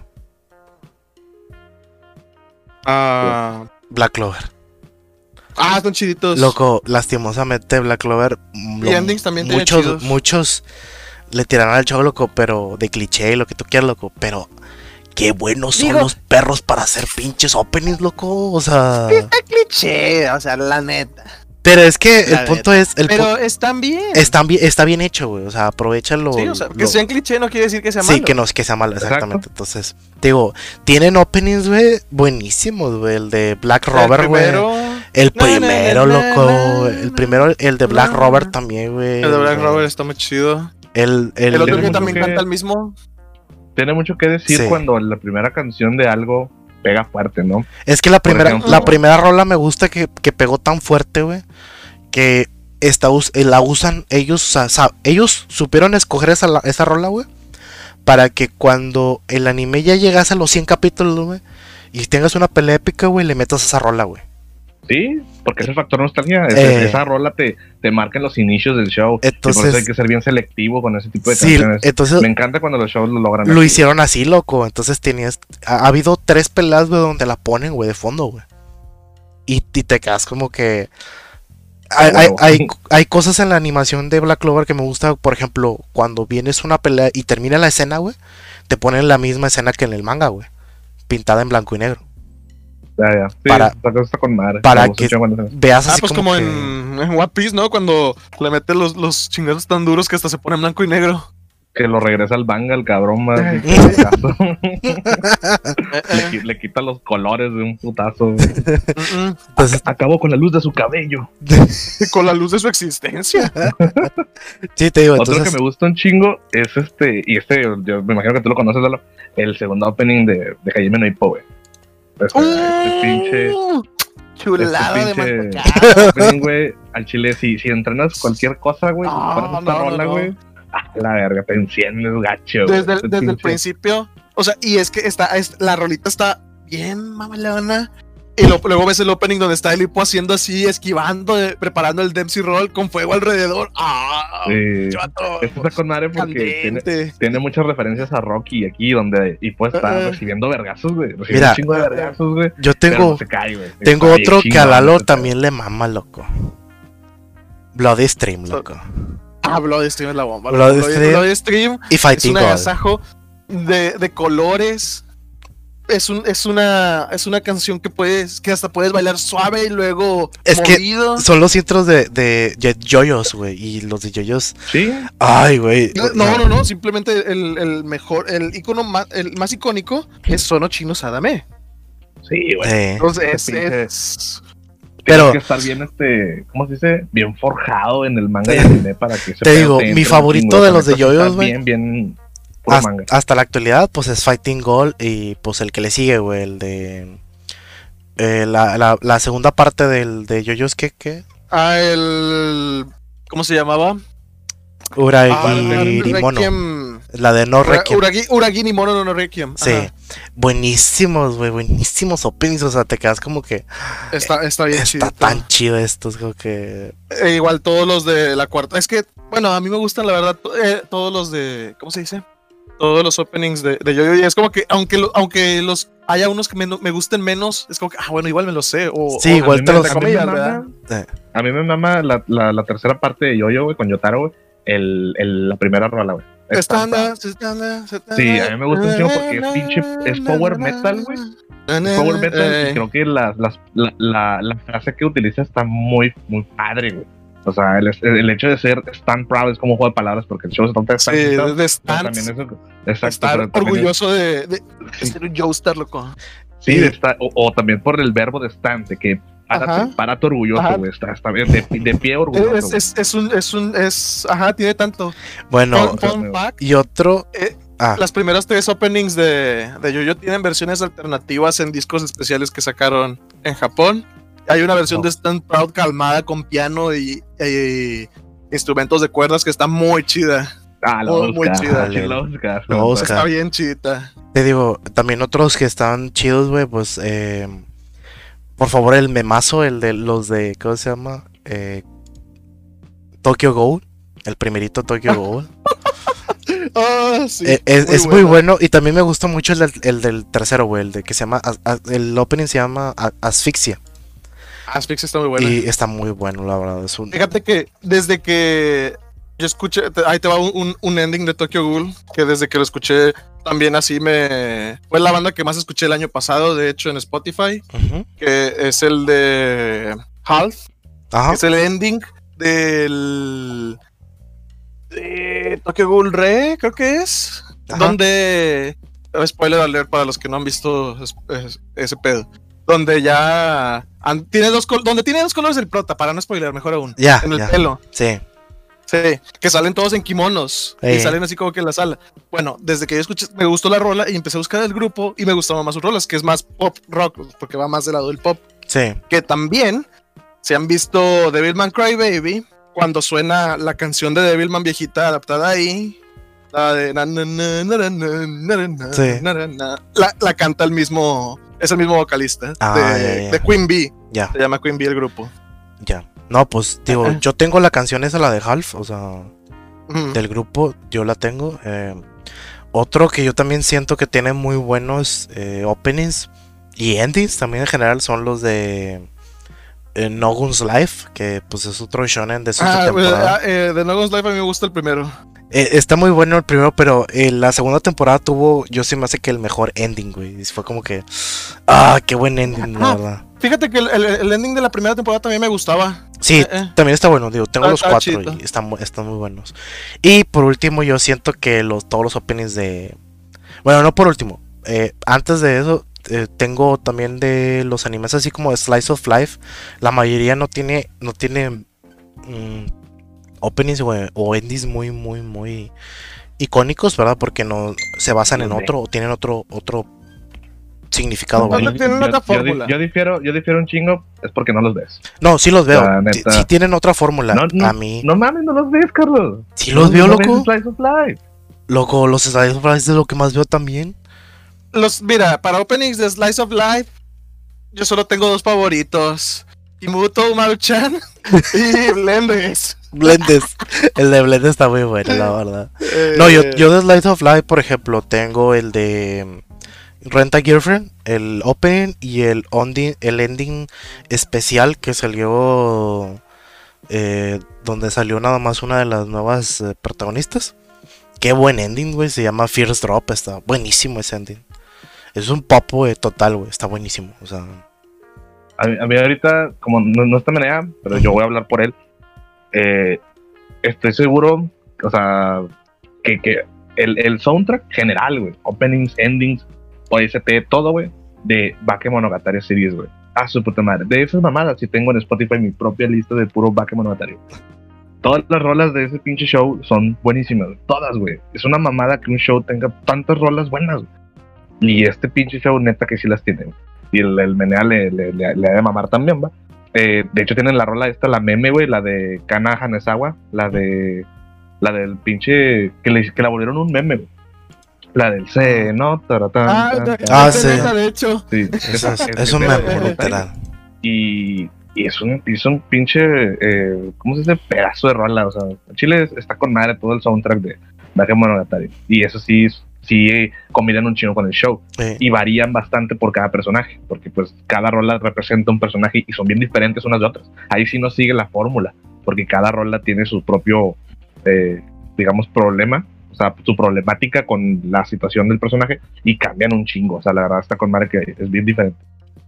Ah, Black Clover. ah, están chiditos. Loco, lastimosamente Black Clover. mm, Y endings también tienen muchos, chidos. muchos le tirarán al show, loco, pero de cliché y lo que tú quieras, loco. Pero qué buenos son Digo- los perros para hacer pinches openings, loco. O sea. Está cliché, o sea, la neta. Pero es que La el punto es. El Pero pu- están bien. está, bien, está bien hecho, güey. O sea, aprovechalo. Sí, o sea, que lo- sean cliché no quiere decir que sea Sí, malo. que no es que sea malo, Exacto. exactamente. Entonces, digo, tienen openings, güey, buenísimos, güey. El de Black El Robert, güey. primero, El Na, na, primero, na, loco. na, El primero, el de Black na. Robert también, güey. el de Black Robert está muy chido. El, el, El otro Tiene que mucho también que- canta el mismo. Tiene mucho que decir Sí. cuando la primera canción de algo pega fuerte, ¿no? Es que la Por primera, ejemplo. la primera rola me gusta que, que pegó tan fuerte, güey. Que esta, us- eh, la usan ellos, o sea, sa- ellos supieron escoger esa, la- esa rola, güey. Para que cuando el anime ya llegase a los cien capítulos, güey. Y tengas una pelea épica, güey, le metas esa rola, güey. Sí, porque es el factor nostalgia. Eh, esa rola te, te marca en los inicios del show. Entonces, y por eso hay que ser bien selectivo con ese tipo de sí, canciones. Entonces, me encanta cuando los shows lo logran. Lo así. hicieron así, loco. Entonces tenías. Ha, ha habido tres peleas, güey, donde la ponen, güey, de fondo, güey. Y, y te quedas como que. Hay, hay, hay, hay cosas en la animación de Black Clover que me gusta. Por ejemplo, cuando vienes una pelea y termina la escena, güey, te ponen la misma escena que en el manga, güey. Pintada en blanco y negro. Ya, ya. Sí, para está con madre. para que veas así ah, pues como, como que... en, en One Piece, ¿no? Cuando le mete los, los chingados tan duros que hasta se pone en blanco y negro. Que lo regresa al manga, el cabrón más. le, le quita los colores de un putazo. Entonces, acabó con la luz de su cabello. Con la luz de su existencia. Sí, te digo. Otro Entonces... que me gusta un chingo es este, y este, yo me imagino que tú lo conoces, Lalo, el segundo opening de, de Hajime no Ippo, güey. Este, uh, este pinche chulada este pinche de opening, güey, al chile, si, si entrenas cualquier cosa, güey, no, pones esta no, rola, güey, no. ah, la verga, te enciendes, gacho. Desde, el, este desde pinche... el principio, o sea, y es que está, es, la rolita está bien mamalona. Y lo, luego ves el opening donde está el Hippo haciendo así, esquivando, eh, preparando el Dempsey Roll con fuego alrededor. ¡Ah! Sí. Esto está con madre porque tiene, tiene muchas referencias a Rocky aquí, donde Hippo está uh, recibiendo vergazos, güey. Recibiendo mira, un chingo de vergazos, güey. Yo tengo, no se cae, güey. tengo otro que a Lalo también le mama, loco. Bloody Stream, loco. Ah, Bloody Stream es la bomba. Bloody, Bloody, Bloody Stream y Fighting es un agasajo de, de colores. Es, un, es, una, es una canción que puedes que hasta puedes bailar suave y luego es movido. Que son los intros de, de, de Yoyos, güey. Y los de Yoyos. Sí. Ay, güey. No, no, no. Simplemente el, el mejor, el icono más, el más icónico es Sono Chino Sadame. Sí, güey. Eh. Entonces es, es... Pero que estar bien, este, ¿cómo se dice? Bien forjado en el manga y anime para que se te digo, mi favorito de los de Yoyos, güey. Bien, bien. Hasta, hasta la actualidad, pues es Fighting Gold. Y pues el que le sigue, güey, el de. Eh, la, la, la segunda parte del de Yoyos, ¿qué? ¿Qué? Ah, el. ¿Cómo se llamaba? Uragi Mono. La de No Requiem. Uragi, Uragi ni Mono no Requiem. Sí. Ajá. Buenísimos, güey. Buenísimos openings. O sea, te quedas como que. Está, está bien chido. Está tan chido esto. Es como que. Eh, igual todos los de la cuarta. Es que, bueno, a mí me gustan, la verdad, eh, todos los de. ¿Cómo se dice? Todos los openings de, de Yo-Yo. Y es como que, aunque, lo, aunque los haya unos que me, me gusten menos, es como que, ah, bueno, igual me lo sé. O, sí, o igual te los a, mí me mama, a mí me mama la, la, la tercera parte de Yo-Yo, güey, con Yotaro, güey. El, el, la primera rola, güey. Estándar, Sí, a mí me gusta un chingo porque es pinche, es power metal, güey. Es power metal y creo que la, la, la, la frase que utiliza está muy, muy padre, güey. O sea, el, el hecho de ser stand proud es como un juego de palabras porque el show se trata de stand. Sí, proud, de stand. También eso, exacto, estar orgulloso es, de, de, de ser un joestar, loco. Sí, sí. De estar, o, o también por el verbo de stand, de que párate, párate orgulloso, güey. Está, está bien, de, de pie orgulloso. Es, es, es un, es un, es, ajá, tiene tanto. Bueno, fun, fun fact, y otro. Eh, ah. Las primeras tres openings de, de Yo-Yo tienen versiones alternativas en discos especiales que sacaron en Japón. Hay una versión oh. de Stand Proud calmada con piano y, y instrumentos de cuerdas que está muy chida. Ah, la muy, muy chida. La Oscar, la Oscar. Está bien chida. Te digo, también otros que están chidos, güey, pues, eh, por favor, el memazo, el de los de, ¿cómo se llama? Eh, Tokyo Ghoul, el primerito Tokyo Ghoul. Oh, sí, eh, es muy, es muy bueno. Y también me gustó mucho el del, el del tercero, güey, el de que se llama, el opening se llama Asfixia. Asfixia está muy bueno. Y está muy bueno, la verdad. Es un... Fíjate que desde que yo escuché, ahí te va un, un ending de Tokyo Ghoul, que desde que lo escuché también así me... Fue la banda que más escuché el año pasado, de hecho, en Spotify, uh-huh. que es el de Half, Ajá. que es el ending del... de Tokyo Ghoul Re, creo que es, Ajá. donde... Spoiler alert para los que no han visto ese, ese pedo. Donde ya tiene dos donde tiene dos colores el prota, para no spoiler, mejor aún. Ya. En el ya. pelo. Sí. Sí. Que salen todos en kimonos. Sí. Y salen así como que en la sala. Bueno, desde que yo escuché, me gustó la rola y empecé a buscar el grupo y me gustaban más sus rolas, que es más pop rock, porque va más del lado del pop. Sí. Que también, si han visto Devilman Crybaby, cuando suena la canción de Devilman viejita adaptada ahí. La de na, na, na, na, na, na, na, sí. na, na, na, la, la canta el mismo Es el mismo vocalista Ah, de, ya, ya. de Queen Bee. Ya, Se llama Queen Bee el grupo. ya. No, pues, digo, Ajá. yo tengo la canción esa, la de Half, o sea, Ujú. del grupo, yo la tengo. eh, Otro que yo también siento que tiene muy buenos eh, openings y endings también en general son los de eh, No Guns Life, que pues es otro shonen de su Ah, temporada. eh, de No Guns Life a mí me gusta el primero. Eh, está muy bueno el primero, pero eh, la segunda temporada tuvo, yo sí me hace que el mejor ending, güey. Y fue como que, ah, qué buen ending, la Ah. verdad. Fíjate que el, el- el ending de la primera temporada también me gustaba. Sí, Eh, eh. también está bueno, digo, tengo Está- los está cuatro chido. y están, mu- están muy buenos. Y por último, yo siento que los, todos los openings de... Bueno, no por último, eh, antes de eso, eh, tengo también de los animes así como de Slice of Life. La mayoría no tiene, no tiene mm, openings o, o endings muy, muy, muy icónicos, ¿verdad? Porque no se basan en otro o tienen otro, otro significado, No, ¿verdad? no tienen yo, otra yo di- fórmula. yo difiero, yo difiero un chingo, es porque no los ves. No, sí los veo. La Sí, neta. sí tienen otra fórmula. No, no, A mí, no mames, no los ves, Carlos. sí los No- veo, no ves loco. Slice of Life. Loco, los Slice of Life es de lo que más veo también. Los, mira, para openings de Slice of Life, yo solo tengo dos favoritos. Kimuto Maruchan y Blendes. Blendes. El de Blendes está muy bueno, la verdad. Eh, No, yo, yo de Slice of Life, por ejemplo, tengo el de Rent a Girlfriend, el opening y el, ondi- el ending especial que salió, eh, donde salió nada más una de las nuevas eh, protagonistas. Qué buen ending, güey, se llama First Drop, está buenísimo ese ending. Es un pop, güey, total, güey, está buenísimo, o sea... A mí, a mí ahorita, como no, no está manera, pero yo voy a hablar por él. eh, estoy seguro, o sea, que, que el, el soundtrack general, güey, openings, endings, O S T, todo, güey, de Bakemonogatari Series, güey. A su puta madre. De esas mamadas, sí tengo en Spotify mi propia lista de puro Bakemonogatari. Todas las rolas de ese pinche show son buenísimas, todas, güey. Es una mamada que un show tenga tantas rolas buenas, güey. Y este pinche show, neta, que sí las tiene, güey. Y el, el Menea le, le, le, le ha de mamar también, va. Eh, de hecho, tienen la rola esta, la meme, güey, la de Kana Hanesawa, la de. La del pinche. Que, le, que la volvieron un meme, güey. La del C, ¿no? Taratán, Ah, tan, de- tan. Ah, de- sí. de- de hecho. Sí, Eso es, esa- es un esa- meme, esa- literal. Y, y es un, es un pinche, eh, ¿cómo se dice? Pedazo de rola, o sea, Chile está con madre todo el soundtrack de Bakemonogatari. Y eso sí, sí combinan un chingo con el show. Eh, Y varían bastante por cada personaje, porque pues cada rola representa un personaje y son bien diferentes unas de otras. Ahí sí no sigue la fórmula, porque cada rola tiene su propio, eh, digamos, problema, o sea, su problemática con la situación del personaje y cambian un chingo. O sea, la verdad está con madre que es bien diferente.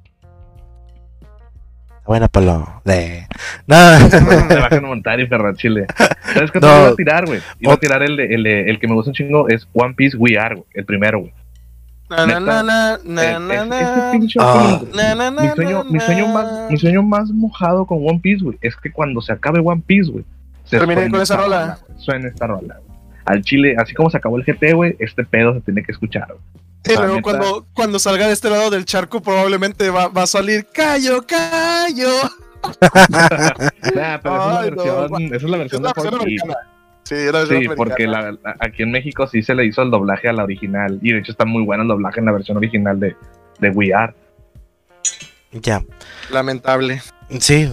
buena palo. De... Nada. Se bajan a montar y Ferran Chile. ¿Sabes qué No. te iba a tirar, güey? Iba a Ot- tirar el, de- el, de- el que me gusta un chingo, es One Piece We Are, güey, el primero, güey. Na, na, na, na, na, Eh, na, es- na. ese pinche Ah. opening, Na, na, na, mi sueño, na, mi sueño na. más, mi sueño más mojado con One Piece, güey, es que cuando se acabe One Piece, güey, se Termine suene con esa esta rola. güey, suena esta rola, güey. Al Chile, así como se acabó el G T, güey, este pedo se tiene que escuchar, güey. Y La luego neta. cuando, cuando salga de este lado del charco probablemente va, va a salir Callo, Callo. Nah, pero esa Ay, es no, la versión, va- esa es la Es versión la de versión Fox Kids. americana. Sí, es la versión Sí, porque americana. la, la- aquí en México sí se le hizo el doblaje a la original. Y de hecho está muy bueno el doblaje en la versión original de, de We Are. Ya. Lamentable. Sí.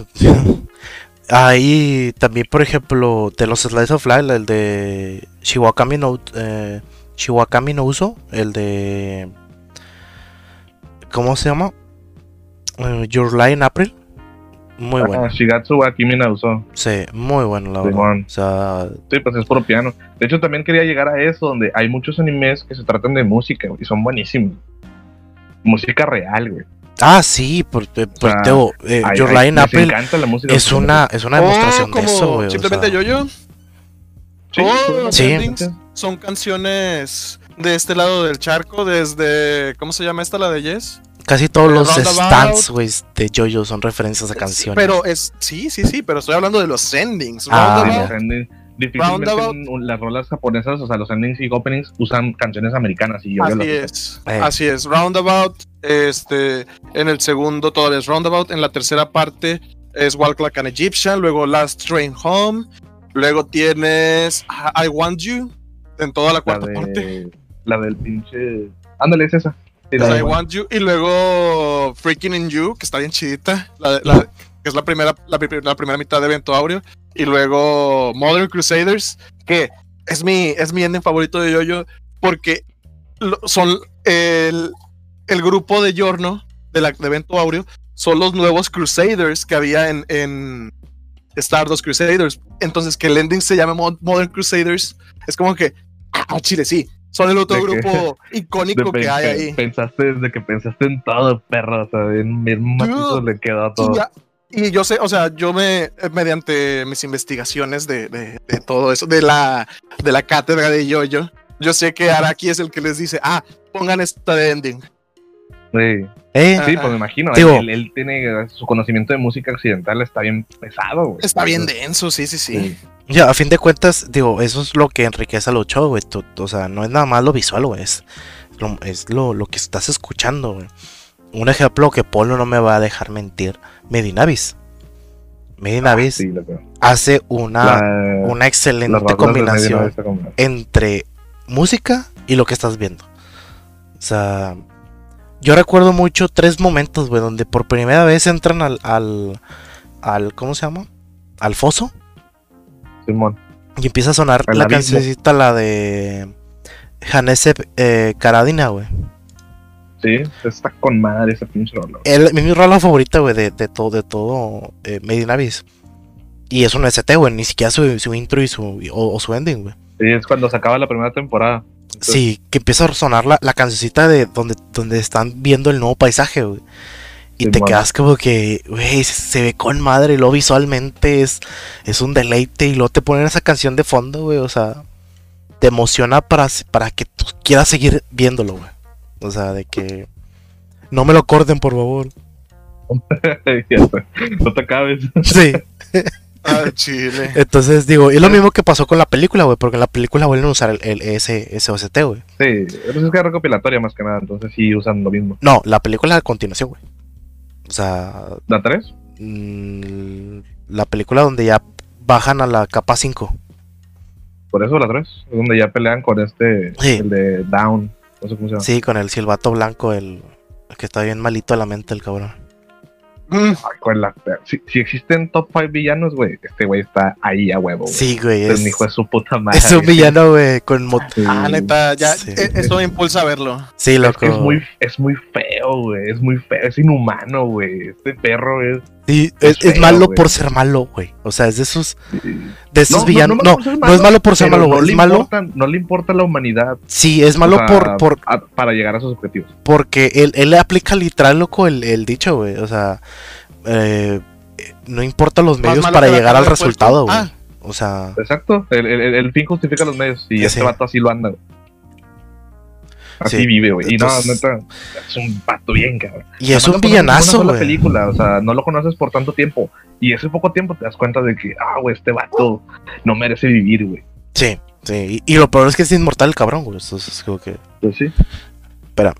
Ahí también, por ejemplo, de los Slice of Life, el de Shiwakami no, eh, Shiwakami no Uso, el de... ¿Cómo se llama? Eh, Your Lie in April. Muy Ajá, bueno. Shigatsu wa Kimi no Uso. Sí, muy bueno, la verdad. Simón. O sea, Sí, pues es puro piano. De hecho, también quería llegar a eso, donde hay muchos animes que se tratan de música, güey, y son buenísimos. Música real, güey. ah, sí, porque pues, sea, Teo, eh, Ay, Your ay, Lie in les April encanta la música. es una, es una demostración Oh, de eso, como güey. o simplemente sea, Yo-Yo. Sí, Todos los Sí. endings son canciones de este lado del charco, desde. ¿Cómo se llama esta, la de Yes? casi todos eh, los Roundabout. stands, güey, de JoJo son referencias a canciones. Pero es. Sí, sí, sí, pero estoy hablando de los endings. Ah, Sí, Roundabout, los endings- difícilmente Roundabout. un- un- las rolas japonesas, o sea, los endings y openings usan canciones americanas y yo Así las- es, Eh. así es. Roundabout, este, en el segundo todavía es Roundabout, en la tercera parte es Walk Like an Egyptian, luego Last Train Home, luego tienes I Want You en toda la La, cuarta parte. de, la del pinche. Ándale, es esa. Sí, I Want You, y luego Freaking in You, que está bien chidita, la, la, que es la primera, la, la primera mitad de Evento Aureo, y luego Modern Crusaders, que es mi, es mi ending favorito de Yo-Yo, porque lo, son el, el grupo de Giorno, de, la, de Evento Aureo, son los nuevos Crusaders que había en, en Stardust Crusaders. Entonces, que el ending se llame Modern Crusaders, es como que, ah, chile, sí. Son el otro grupo que, icónico que hay ahí. Pensaste desde que pensaste en todo, perro. O sea, en mi macizo le quedó todo. Y, ya, y yo sé, o sea, yo me, mediante mis investigaciones de, de, de todo eso, de la, de la cátedra de Yo-Yo, yo sé que Araki es el que les dice, ah, pongan esta de ending. Sí, ¿Eh? sí, pues me imagino. Digo, él, él tiene su conocimiento de música occidental, está bien pesado, güey. Está bien denso, sí, sí, sí. sí. Ya, a fin de cuentas, digo, eso es lo que enriquece a los shows, güey. O sea, no es nada más lo visual, güey. Es, lo, es lo, lo que estás escuchando, güey. Un ejemplo que Polo no me va a dejar mentir. Made in Abyss. Made in Abyss ah, sí, hace una, la, una excelente combinación entre música y lo que estás viendo. O sea, yo recuerdo mucho tres momentos, güey, donde por primera vez entran al, al, al ¿cómo se llama? Al foso. Simón. Y empieza a sonar el la cancioncita, la de Hanese eh, Karadina, güey. Sí, está con madre ese pinche rola. Es mi rola favorita, güey, de, de todo, de todo eh, Made in Abyss. Y es un S T, güey, ni siquiera su, su intro y su, o, o su ending, güey. Sí, es cuando se acaba la primera temporada. Entonces... Sí, que empieza a sonar la, la cancioncita de donde, donde están viendo el nuevo paisaje, güey. Y sí, te man. Quedas como que, güey, se, se ve con madre, y luego visualmente es, es un deleite, y luego te ponen esa canción de fondo, güey, o sea, te emociona para, para que tú quieras seguir viéndolo, güey. O sea, de que no me lo corten, por favor. No te acabes. Sí. Ah, chile. Entonces, digo, es lo mismo que pasó con la película, güey, porque en la película vuelven a usar el, el ese, ese O S T, güey. Sí, pero es que es recopilatoria más que nada, entonces sí usan lo mismo. No, la película a continuación, güey. O sea... ¿La tres? Mmm, la película donde ya bajan a la capa cinco. Por eso la tres, es donde ya pelean con este, sí. El de Down, no sé cómo se llama. Sí, con el silbato blanco, el, el que está bien malito de la mente, el cabrón. Ay, con la, si, si existen top cinco villanos, güey, este güey está ahí a huevo, güey. Sí, güey. Es un hijo de su puta madre. Es un villano, güey, con mot- sí. Ah, neta, ya, sí. Eso me impulsa a verlo. Sí, loco. Es, es muy, es muy feo, güey, es muy feo, es inhumano, güey. Este perro es... Sí, es, es, feo, es malo wey. Por ser malo, güey. O sea, es de esos... De esos no, villanos... No, no, no, no es malo por ser malo, güey. No es malo... Importa, no le importa la humanidad. Sí, es malo o sea, por... por a, para llegar a sus objetivos. Porque él, él le aplica literal, loco, el, el dicho, güey. O sea... Eh, no importa los medios para llegar al resultado, güey. Ah. O sea... Exacto, el, el, el fin justifica los medios. Y sí. Este vato así lo anda, güey. Así sí. Vive, güey. Y Entonces... no, neta, es un vato bien, cabrón. Y es un villanazo, güey. película, o sea, no lo conoces por tanto tiempo. Y ese poco tiempo te das cuenta de que, ah, güey, este vato no merece vivir, güey. Sí, sí. Y, y lo peor es que es inmortal el cabrón, güey. Entonces, creo que... Pues sí. Espera.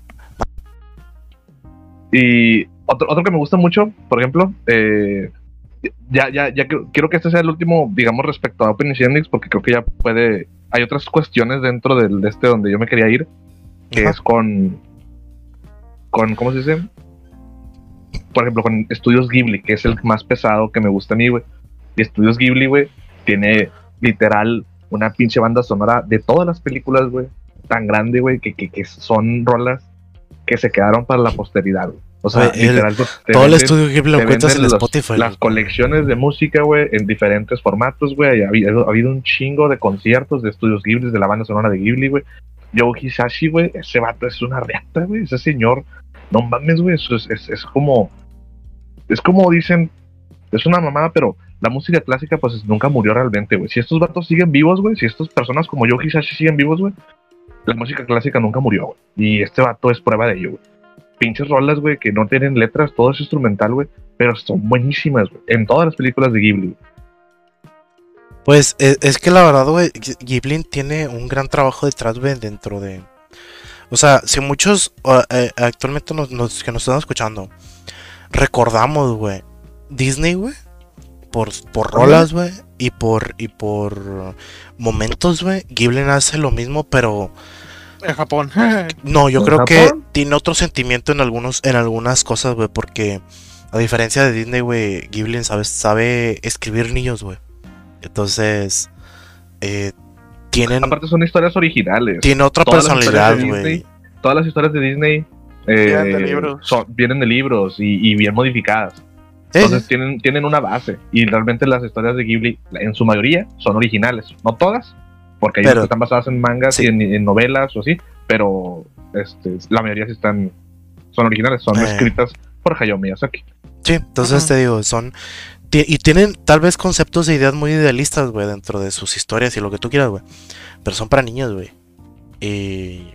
Y... Otro, otro que me gusta mucho, por ejemplo, eh, ya, ya, ya quiero, quiero que este sea el último, digamos, respecto a Openings y Endings, porque creo que ya puede, hay otras cuestiones dentro del, de este donde yo me quería ir, que Ajá. es con, con, ¿cómo se dice? Por ejemplo, con Estudios Ghibli, que es el más pesado que me gusta a mí, güey. Y Estudios Ghibli, güey, tiene literal una pinche banda sonora de todas las películas, güey, tan grande, güey, que, que, que son rolas que se quedaron para la posteridad, güey. O sea, el, literal, todo venden, el estudio Ghibli lo encuentras en los, Spotify. Las colecciones de música, güey, en diferentes formatos, güey. Ha, ha habido un chingo de conciertos de estudios Ghibli, de la banda sonora de Ghibli, güey. Yoe Hisashi, güey, ese vato es una reata, güey. Ese señor, no mames, güey, eso es, es, es como... Es como dicen, es una mamada, pero la música clásica, pues, nunca murió realmente, güey. Si estos vatos siguen vivos, güey, si estas personas como Yoe Hisashi siguen vivos, güey, la música clásica nunca murió, güey. Y este vato es prueba de ello, güey. Pinches rolas, güey, que no tienen letras, todo es instrumental, güey, pero son buenísimas, güey, en todas las películas de Ghibli, güey. Pues es, es que la verdad, güey, Ghibli tiene un gran trabajo detrás, güey, dentro de... O sea, si muchos uh, eh, actualmente nos, nos, que nos están escuchando recordamos, güey, Disney, güey, por, por rolas, güey, y por, y por momentos, güey, Ghibli hace lo mismo, pero... En Japón. No, yo creo Japón? que tiene otro sentimiento en algunos, en algunas cosas, güey, porque a diferencia de Disney, güey, Ghibli sabe, sabe escribir niños, güey. Entonces, eh, tienen... Aparte son historias originales. Tiene otra todas personalidad, güey. Todas las historias de Disney eh, vienen, de libros. Son, vienen de libros y, y bien modificadas. Entonces ¿Eh? tienen, tienen una base. Y realmente las historias de Ghibli, en su mayoría, son originales. No todas, porque hay pero, que están basadas en mangas sí. y en, en novelas o así. Pero este, la mayoría sí están son originales, son eh. escritas por Hayao Miyazaki. Sí, entonces uh-huh. te digo, son... Y tienen tal vez conceptos e ideas muy idealistas, güey, dentro de sus historias y lo que tú quieras, güey. Pero son para niños, güey. Y...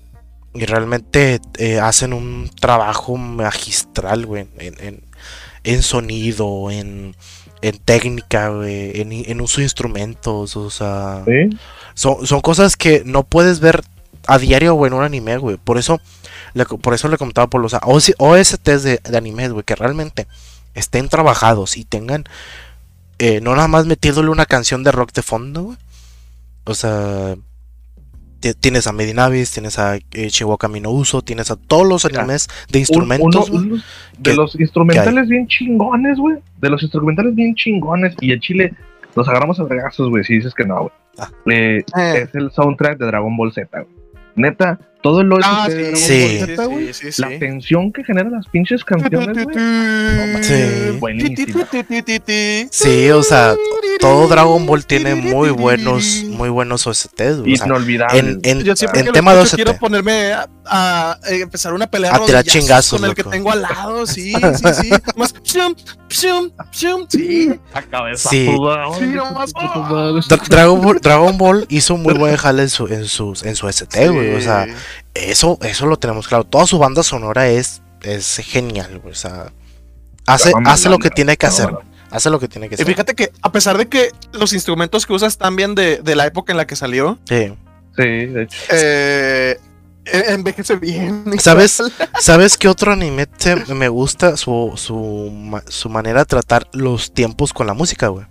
Y realmente eh, hacen un trabajo magistral, güey, en, en, en sonido, en, en técnica, güey, en, en uso de instrumentos, o sea... ¿Sí? Son, son cosas que no puedes ver a diario, güey, en un anime, güey. Por eso, le, por eso le comentaba por los O S Ts de, de animes, güey, que realmente estén trabajados y tengan... Eh, no nada más metiéndole una canción de rock de fondo, güey. O sea... Tienes a Made in Abyss, tienes a eh, Shiwakami no Uso, tienes a todos los animes de instrumentos. Uno, uno, de que, los instrumentales bien chingones, güey. De los instrumentales bien chingones. Y en Chile los agarramos a regazos, güey, si dices que no, güey. Ah. Eh, eh. Es el soundtrack de Dragon Ball Z, güey. Neta, todo el O S T ah, de sí, Dragon Ball Z, güey. Sí, sí, sí, la sí. tensión que generan las pinches canciones, güey. No, sí. Buenísima. Sí, o sea, todo Dragon Ball tiene muy buenos, muy buenos O S Ts, güey. Inolvidable. En, en, Yo siempre en que tema de O S T. Quiero ponerme a, a, a empezar una pelea a tirar chingazos con el loco. que tengo al lado, sí, sí, sí. Más pshum, pshum, pshum, sí. A cabeza. Sí. Sí, nomás. Oh. Dragon Ball, Dragon Ball hizo un muy buen jale en su, en sus, en su O S T, güey. Sí. O sea, eso, eso lo tenemos claro. Toda su banda sonora es, es genial, güey. O sea, hace, hace lo que tiene que hacer. Hace lo que tiene que hacer. Y fíjate que, a pesar de que los instrumentos que usas están bien de, de la época en la que salió. Sí. Sí, de hecho. Eh, envejece bien. ¿Sabes, ¿Sabes qué otro anime te, me gusta? Su, su, su manera de tratar los tiempos con la música, güey.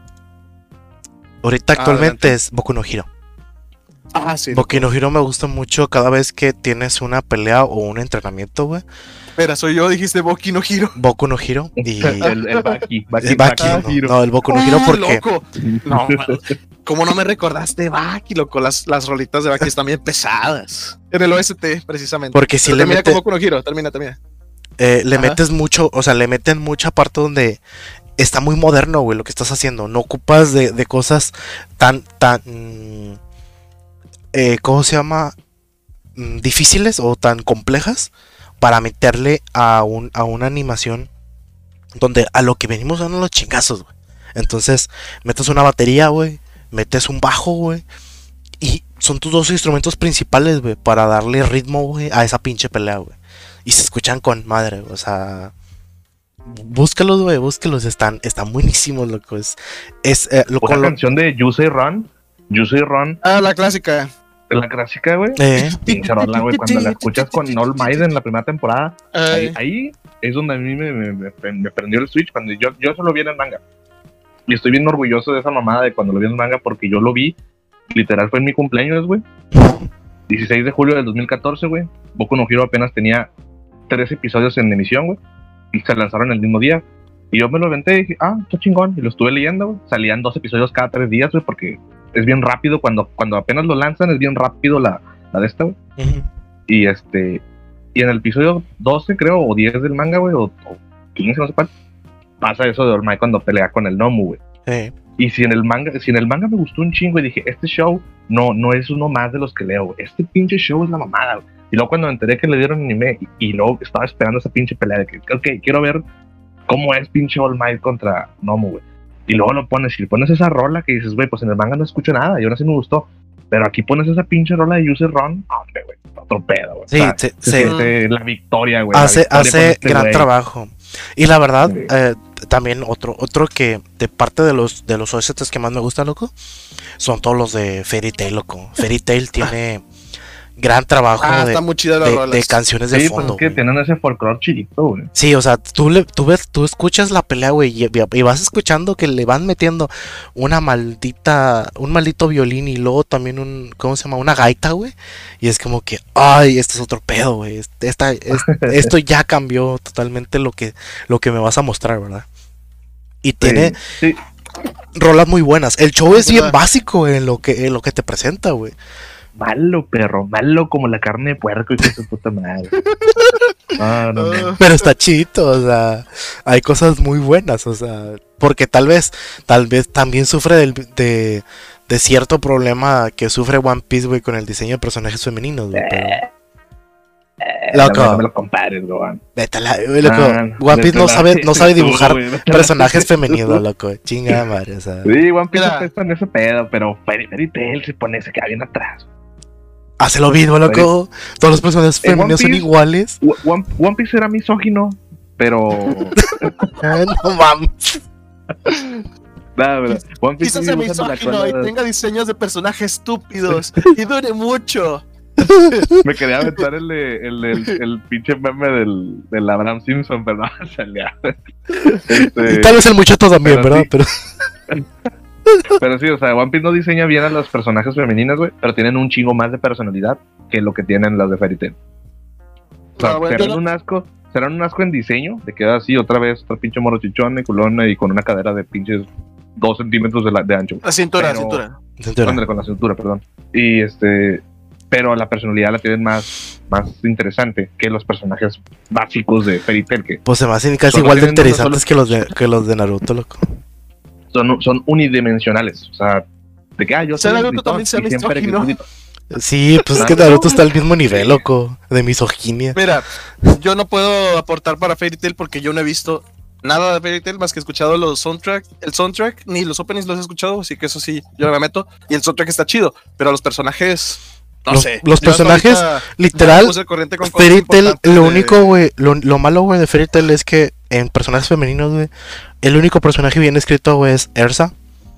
Ahorita actualmente Adelante. es Boku no Hero. Ah, sí. Boku no Hero me gusta mucho cada vez que tienes una pelea o un entrenamiento, güey. Espera, soy yo, dijiste Boku no Hero. Boku no Hero y... el, el Baki. Baki, el Baki, Baki no, no, el Boku no Hero porque... Loco. No, ¿cómo no me recordaste Baki, loco? Las, las rolitas de Baki están bien pesadas. En el O S T, precisamente. Porque si Pero le termina mete... con Boku no Hero, termina, termina. Eh, le Ajá. metes mucho, o sea, le meten mucha parte donde... Está muy moderno, güey, lo que estás haciendo. No ocupas de, de cosas tan, tan... Eh, ¿Cómo se llama? Difíciles o tan complejas para meterle a, un, a una animación donde a lo que venimos son los chingazos, güey. Entonces, metes una batería, güey, metes un bajo, güey, y son tus dos instrumentos principales, güey, para darle ritmo, güey, a esa pinche pelea, güey. Y se escuchan con madre, o sea... Búscalos, güey, búscalos, están, están buenísimos, loco. Es, es eh, lo, Una con canción lo... de Yusei Run, Yusei Run. Ah, la clásica. La clásica, güey. Eh. Pinche rola, güey, cuando la escuchas con All Might en la primera temporada. Ahí, ahí es donde a mí me, me, me, me prendió el switch, cuando yo, yo solo vi en el manga. Y estoy bien orgulloso de esa mamada de cuando lo vi en el manga, porque yo lo vi, literal, fue en mi cumpleaños, güey. dieciséis de julio del dos mil catorce, güey. Boku no Hero apenas tenía tres episodios en emisión, güey. Y se lanzaron el mismo día. Y yo me lo aventé y dije, ah, está chingón. Y lo estuve leyendo, güey. Salían dos episodios cada tres días, güey, porque es bien rápido. Cuando, cuando apenas lo lanzan, es bien rápido la, la de esta, güey. Uh-huh. Y este... Y en el episodio doce, creo, o diez del manga, güey, o, o quince, no sé cuál, pasa eso de All Might cuando pelea con el Nomu, güey. Sí. Y si en el manga, si en el manga me gustó un chingo y dije, este show no, no es uno más de los que leo, güey. Este pinche show es la mamada, güey. Y luego cuando me enteré que le dieron anime y, y luego estaba esperando esa pinche pelea de que, ok, quiero ver cómo es pinche All Might contra Nomu, güey. Y luego lo pones y le pones esa rola que dices, güey, pues en el manga no escucho nada y ahora sí me gustó. Pero aquí pones esa pinche rola de User Run, hombre, güey, otro pedo, güey. Sí, o sea, sí, se sí. siente la victoria, güey. Hace, victoria hace este gran güey. trabajo. Y la verdad, Sí. eh, también otro, otro que de parte de los de los O S Ts que más me gustan, loco, son todos los de Fairy Tail, loco. Fairy Tail tiene gran trabajo ah, de, está muy chida la de, rola. de canciones de sí, fondo. Pues es que tienen ese folclore chilito, güey. Sí, o sea, tú, le, tú, ves, tú escuchas la pelea, güey, y, y vas escuchando que le van metiendo una maldita, un maldito violín y luego también un, ¿cómo se llama? Una gaita, güey. Y es como que, ay, esto es otro pedo, güey. Esta, es, esto ya cambió totalmente lo que, lo que me vas a mostrar, ¿verdad? Y tiene sí, sí. rolas muy buenas. El show es bien básico en lo que, en lo que te presenta, güey. Malo, perro, malo como la carne de puerco y que su puta madre. No, no, no. Pero está chito, o sea, hay cosas muy buenas, o sea, porque tal vez, tal vez también sufre del, de, de cierto problema que sufre One Piece, güey, con el diseño de personajes femeninos, güey, pero... Eh, Loco. No me lo compares, güey. Vete la, güey, loco. Ah, One Piece no la- sabe, no sabe dibujar tú, güey, vete personajes la- femeninos, loco. Chingada madre, o sea. Sí, One Piece Mira. está en ese pedo, pero Fairy, Fairy Tail se pone, se queda bien atrás. Hace lo mismo, loco. Todos los personajes En One femeninos son Piece- iguales. One, One- One Piece era misógino, pero... Ay, no mames. Nada, verdad. One Piece Quizás sí sea usan la misógino y cola- tenga diseños de personajes estúpidos y dure mucho. Me quería aventar el, de- el, el, el pinche meme del, del Abraham Simpson, pero no salía. Este, Y tal vez el muchacho también, pero ¿verdad? sí. Pero Pero sí, o sea, One Piece no diseña bien a los personajes femeninos, güey, pero tienen un chingo más de personalidad que lo que tienen las de Fairy Tail. O sea, Ah, bueno, yo serán no- un asco, serán un asco en diseño, de queda así otra vez, otro pinche moro chichón y culona y con una cadera de pinches dos centímetros de, la, de ancho. La cintura, Pero- cintura. Cintura. Ándale, con la cintura, perdón. Y este, pero la personalidad la tienen más, más interesante que los personajes básicos de Fairy Tail, que Pues se me hacen casi Solo igual de tienen uno interesantes que los de, que los de Naruto, loco. son, son unidimensionales. O sea, de que, ah, yo O sea, soy Naruto escritor también sea y siempre misógino. grito. Sí, pues es que Naruto está al mismo nivel, loco, de misoginia. Mira, yo no puedo aportar para Fairy Tail porque yo no he visto nada de Fairy Tail más que he escuchado los soundtrack, el soundtrack, ni los openings los he escuchado, así que eso sí, yo me meto. Y el soundtrack está chido, pero los personajes, no Los- sé. los Yo hasta personajes, ahorita literal, ya me puse al corriente con cosas Fairy Tail, importantes lo de- único, güey, lo, lo malo, güey, de Fairy Tail es que en personajes femeninos, güey, el único personaje bien escrito, güey, es Ersa.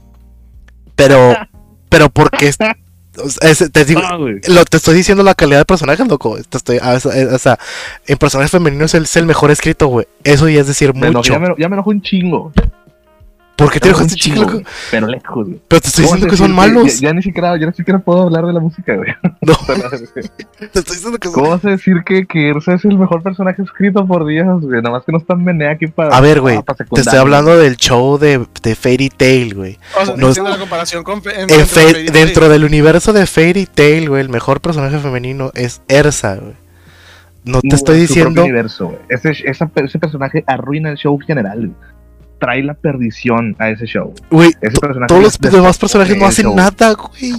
Pero, pero porque es, o sea, es- te digo, Ah, güey. lo, te estoy diciendo la calidad de personajes, loco. Te estoy, ah, o sea, o sea, en personajes femeninos es el mejor escrito, güey. Eso ya es decir Me enojé, mucho. ya, me, ya me enojó un chingo. ¿Por qué te Ya me enojó enojaste, un chico, chingo, loco? güey, pero lejos, güey. Pero te estoy ¿Cómo diciendo que vas a son decir malos. Ya, ya ni siquiera, ya ni siquiera puedo hablar de la música, güey. No, te estoy diciendo que son... ¿Cómo vas a decir que, que Ersa es el mejor personaje escrito por Dios, güey? Nada más que no está en menea aquí para... A ver, güey, para te secundaria, estoy hablando del show de, de Fairy Tail, güey. O sea, no- haciendo la comparación con Fe- En dentro de Fa- Fairy Tail. dentro del universo de Fairy Tail, güey, el mejor personaje femenino es Ersa, güey. No te güey, estoy su propio diciendo... universo, güey. Ese, esa- ese personaje arruina el show general, güey. Trae la perdición a ese show. Güey, Ese to- personaje todos los des- demás personajes no el hacen show. nada, güey.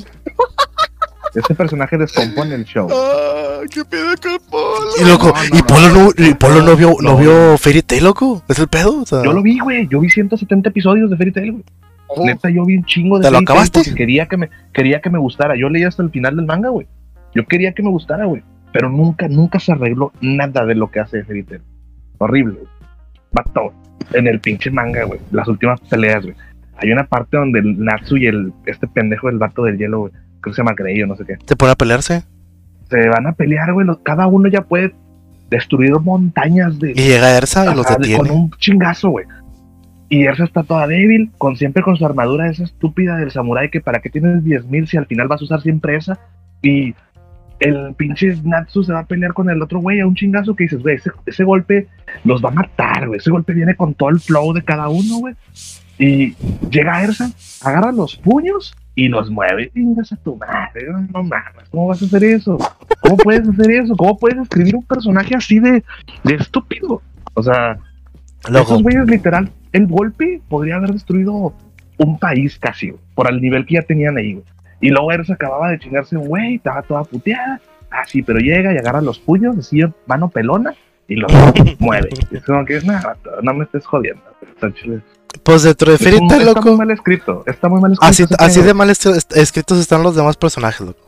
Ese personaje descompone el show. Ah, qué pedo con Polo. Y loco, No, no, y no, Polo no, no, y Polo no vio, no no, vio no. Fairy Tail, loco. Es el pedo, o sea. Yo lo vi, güey. Yo vi ciento setenta episodios de Fairy Tail, güey. Oh, Neta, yo vi un chingo de ¿Te lo Fairy Tail acabaste? porque quería que me quería que me gustara. Yo leí hasta el final del manga, güey. Yo quería que me gustara, güey. Pero nunca, nunca se arregló nada de lo que hace Fairy Tail. Horrible, güey. Vato. En el pinche manga, güey. Las últimas peleas, güey. Hay una parte donde el Natsu y el este pendejo del vato del hielo, güey. Creo que se llama Grey o no sé qué. Se pone a pelearse. Se van a pelear, güey. los- Cada uno ya puede destruir montañas de, Y llega Ersa y los ajá, de- con detiene. un chingazo, güey. Y Ersa está toda débil, con siempre con su armadura esa estúpida del samurái, que para qué tienes diez mil si al final vas a usar siempre esa. Y el pinche Natsu se va a pelear con el otro güey a un chingazo que dices, güey, ese, ese golpe los va a matar, güey. Ese golpe viene con todo el flow de cada uno, güey. Y llega Ersa, agarra los puños y los mueve. Chingas a tu madre, no, no mames, ¿cómo vas a hacer eso? ¿Cómo puedes hacer eso? ¿Cómo puedes escribir un personaje así de, de estúpido? O sea, Loco, esos güeyes, literal, el golpe podría haber destruido un país casi, güey, por el nivel que ya tenían ahí, güey. Y luego Ersa acababa de chingarse un güey, estaba toda puteada. Ah, sí, pero llega y agarra los puños, así, mano pelona, y los mueve. Y es como que, nada, no me estés jodiendo. Está chido. pues dentro de Es Fairy un- Tail, está muy loco. mal escrito, está muy mal escrito. Así, ese así pedo. de mal est- est- escritos están los demás personajes, loco.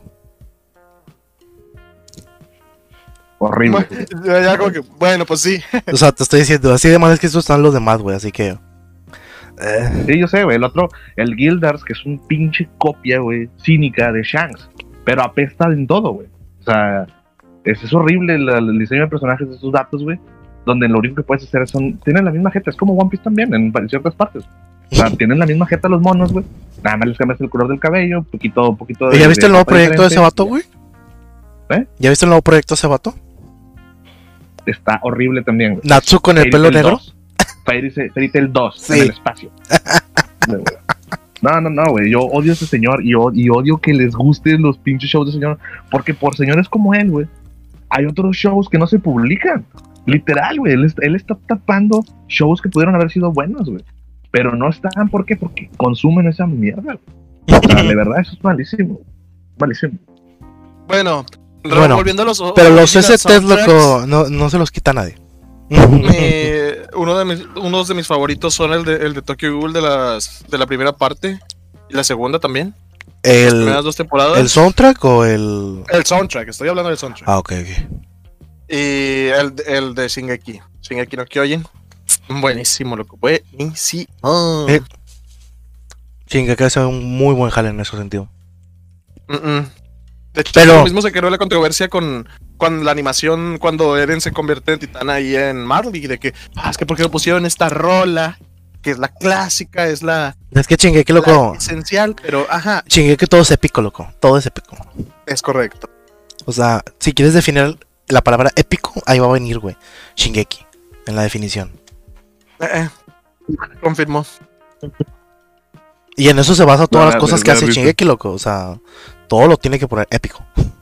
Horrible. Ya, ya como que, bueno, pues sí. O sea, te estoy diciendo, así de mal escritos están los demás, güey. Así que. eh, Sí, yo sé, güey. El otro, el Gildars, que es un pinche copia, güey, cínica de Shanks. Pero apesta en todo, güey. O sea, es, es horrible el, el diseño de personajes de esos datos, güey. Donde lo único que puedes hacer son... Tienen la misma jeta, es como One Piece también, en ciertas partes. O sea, tienen la misma jeta los monos, güey. Nada más les cambias el color del cabello, un poquito, un poquito de... ¿Ya viste de el nuevo ropa proyecto de ese diferente. vato, güey? ¿Eh? ¿Ya viste el nuevo proyecto de ese vato? Está horrible también, güey. Natsu con el Fairy pelo Tail negro. dos. Fairy, Fairy Tail dos Sí. en el espacio. No, no, no, güey. Yo odio a ese señor y, o- y odio que les gusten los pinches shows de ese señor. Porque por señores como él, güey, hay otros shows que no se publican. Literal, güey. Él, est- él está tapando shows que pudieron haber sido buenos, güey. Pero no están, ¿por qué? Porque consumen esa mierda. O sea, de verdad, eso es malísimo. Malísimo. Bueno, Bueno, volviendo a los. Pero los original S Ts, soundtracks, loco, no, no se los quita nadie. eh, uno de mis, unos de mis favoritos son el de, el de Tokyo Ghoul de, las, de la primera parte y la segunda también. Las el, primeras dos temporadas. ¿El soundtrack o el...? El soundtrack, estoy hablando del soundtrack. Ah, ok, ok. Y el, el de Shingeki. Shingeki no Kyojin. Buenísimo, loco. Buenísimo. Eh, Shingeki hace un muy buen jale en ese sentido. Mm-mm. De hecho, Pero- lo mismo se creó la controversia con, con la animación cuando Eren se convierte en titán ahí en Marley. De que, ah, es que porque lo pusieron esta rola, que es la clásica, es la, Es que Shingeki, la loco... esencial, pero ajá, Shingeki todo es épico, loco. Todo es épico. es correcto. O sea, si quieres definir la palabra épico, ahí va a venir, güey. Shingeki, en la definición. Eh, eh, confirmo. Y en eso se basa todas No, las no, cosas no, que no, hace no, Shingeki, loco. O sea, todo lo tiene que poner épico.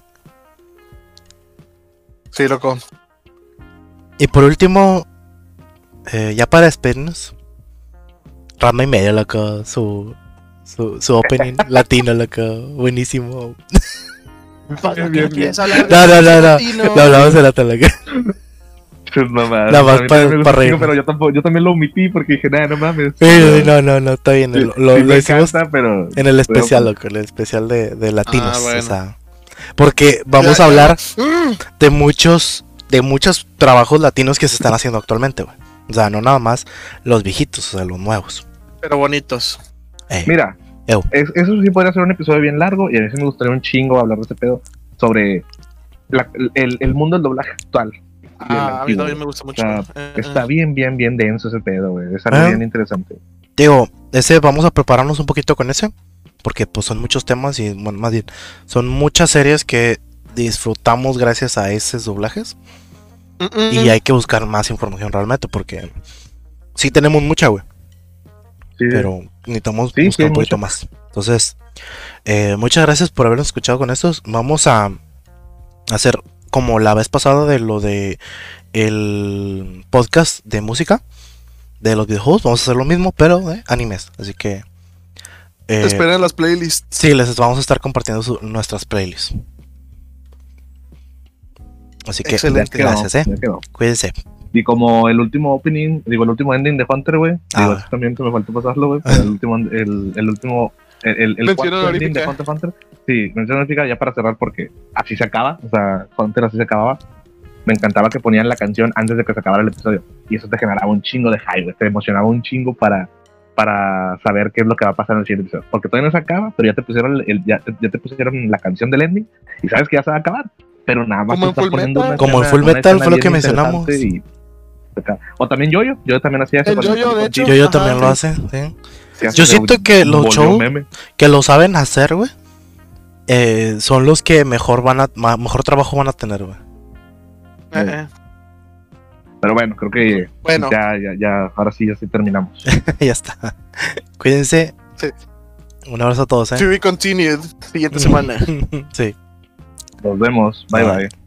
Sí, loco. Y por último, eh, ya para despedirnos, Rama y medio, loco. Su, su, su opening latino, loco. Buenísimo. Bien, bien, bien. No, no, no, no. Lo hablamos de la loco. Pues mamá. Nada más a mí pa- también me gusta pa' un chingo, reírnos. pero yo, tampoco, yo también lo omití porque dije, nada, no mames. Eh, No, no, no, está bien. Sí, Lo, lo, sí lo me hicimos encanta, pero... en el especial, pero- loco. En el especial de, de latinos. Ah, bueno. O sea, porque vamos a hablar de muchos, de muchos trabajos latinos que se están haciendo actualmente, güey. O sea, no nada más los viejitos, o sea, los nuevos. Pero bonitos. Eh, Mira, Ew. es- eso sí podría ser un episodio bien largo y a mí sí me gustaría un chingo hablar de este pedo sobre la- el, el mundo del doblaje actual. Ah, Bien a mí antiguo. también me gusta mucho. O sea, Eh, Está eh. bien, bien, bien denso ese pedo, güey. Es algo Ah. bien interesante. Digo, ese vamos a prepararnos un poquito con ese, porque pues son muchos temas y bueno, más bien son muchas series que disfrutamos gracias a esos doblajes Mm-mm. y hay que buscar más información realmente porque sí tenemos mucha, güey, Sí, pero necesitamos Sí, sí, buscar hay un poquito mucha. más. Entonces, eh, muchas gracias por habernos escuchado con estos. Vamos a hacer como la vez pasada de lo de el podcast de música de los videojuegos. Vamos a hacer lo mismo, pero de animes. Así que eh, Esperen las playlists. sí, les vamos a estar compartiendo su- nuestras playlists. Así que Excelente. ya quedó, gracias, eh. ya quedó. Cuídense. Y como el último opening, digo, el último ending de Hunter, güey. Ah. Digo, eso también que me faltó pasarlo, güey. pero El último, el, el último, el, el, el Mención cuarto ending de honorífica. Hunter x Hunter. Sí, mención honorífica ya para cerrar porque así se acaba. O sea, Hunter así se acababa. Me encantaba que ponían la canción antes de que se acabara el episodio. Y eso te generaba un chingo de hype, güey. Te emocionaba un chingo para, para saber qué es lo que va a pasar en el siguiente episodio. Porque todavía no se acaba, pero ya te pusieron, el, ya, ya te pusieron la canción del ending y sabes que ya se va a acabar. Pero nada más Como te en está Full poniendo Metal. una Como en escena- Full una Metal escena fue lo que bien mencionamos. interesante y- o también Yo-Yo, yo también hacía eso. El cuando- Yo-Yo, de cuando- hecho. Yo, yo Ajá, también lo sí. hace, sí. sí, hace Yo de- siento que los volvió shows meme. que lo saben hacer, güey, eh, son los que mejor van a ma- mejor trabajo van a tener, güey. Eh, eh. Pero bueno, creo que Bueno. ya, ya, ya, ahora sí, ya sí terminamos. Ya está. Cuídense. Sí. Un abrazo a todos, To eh. be continued. Siguiente semana. Sí. Nos vemos. Bye, Bye. bye.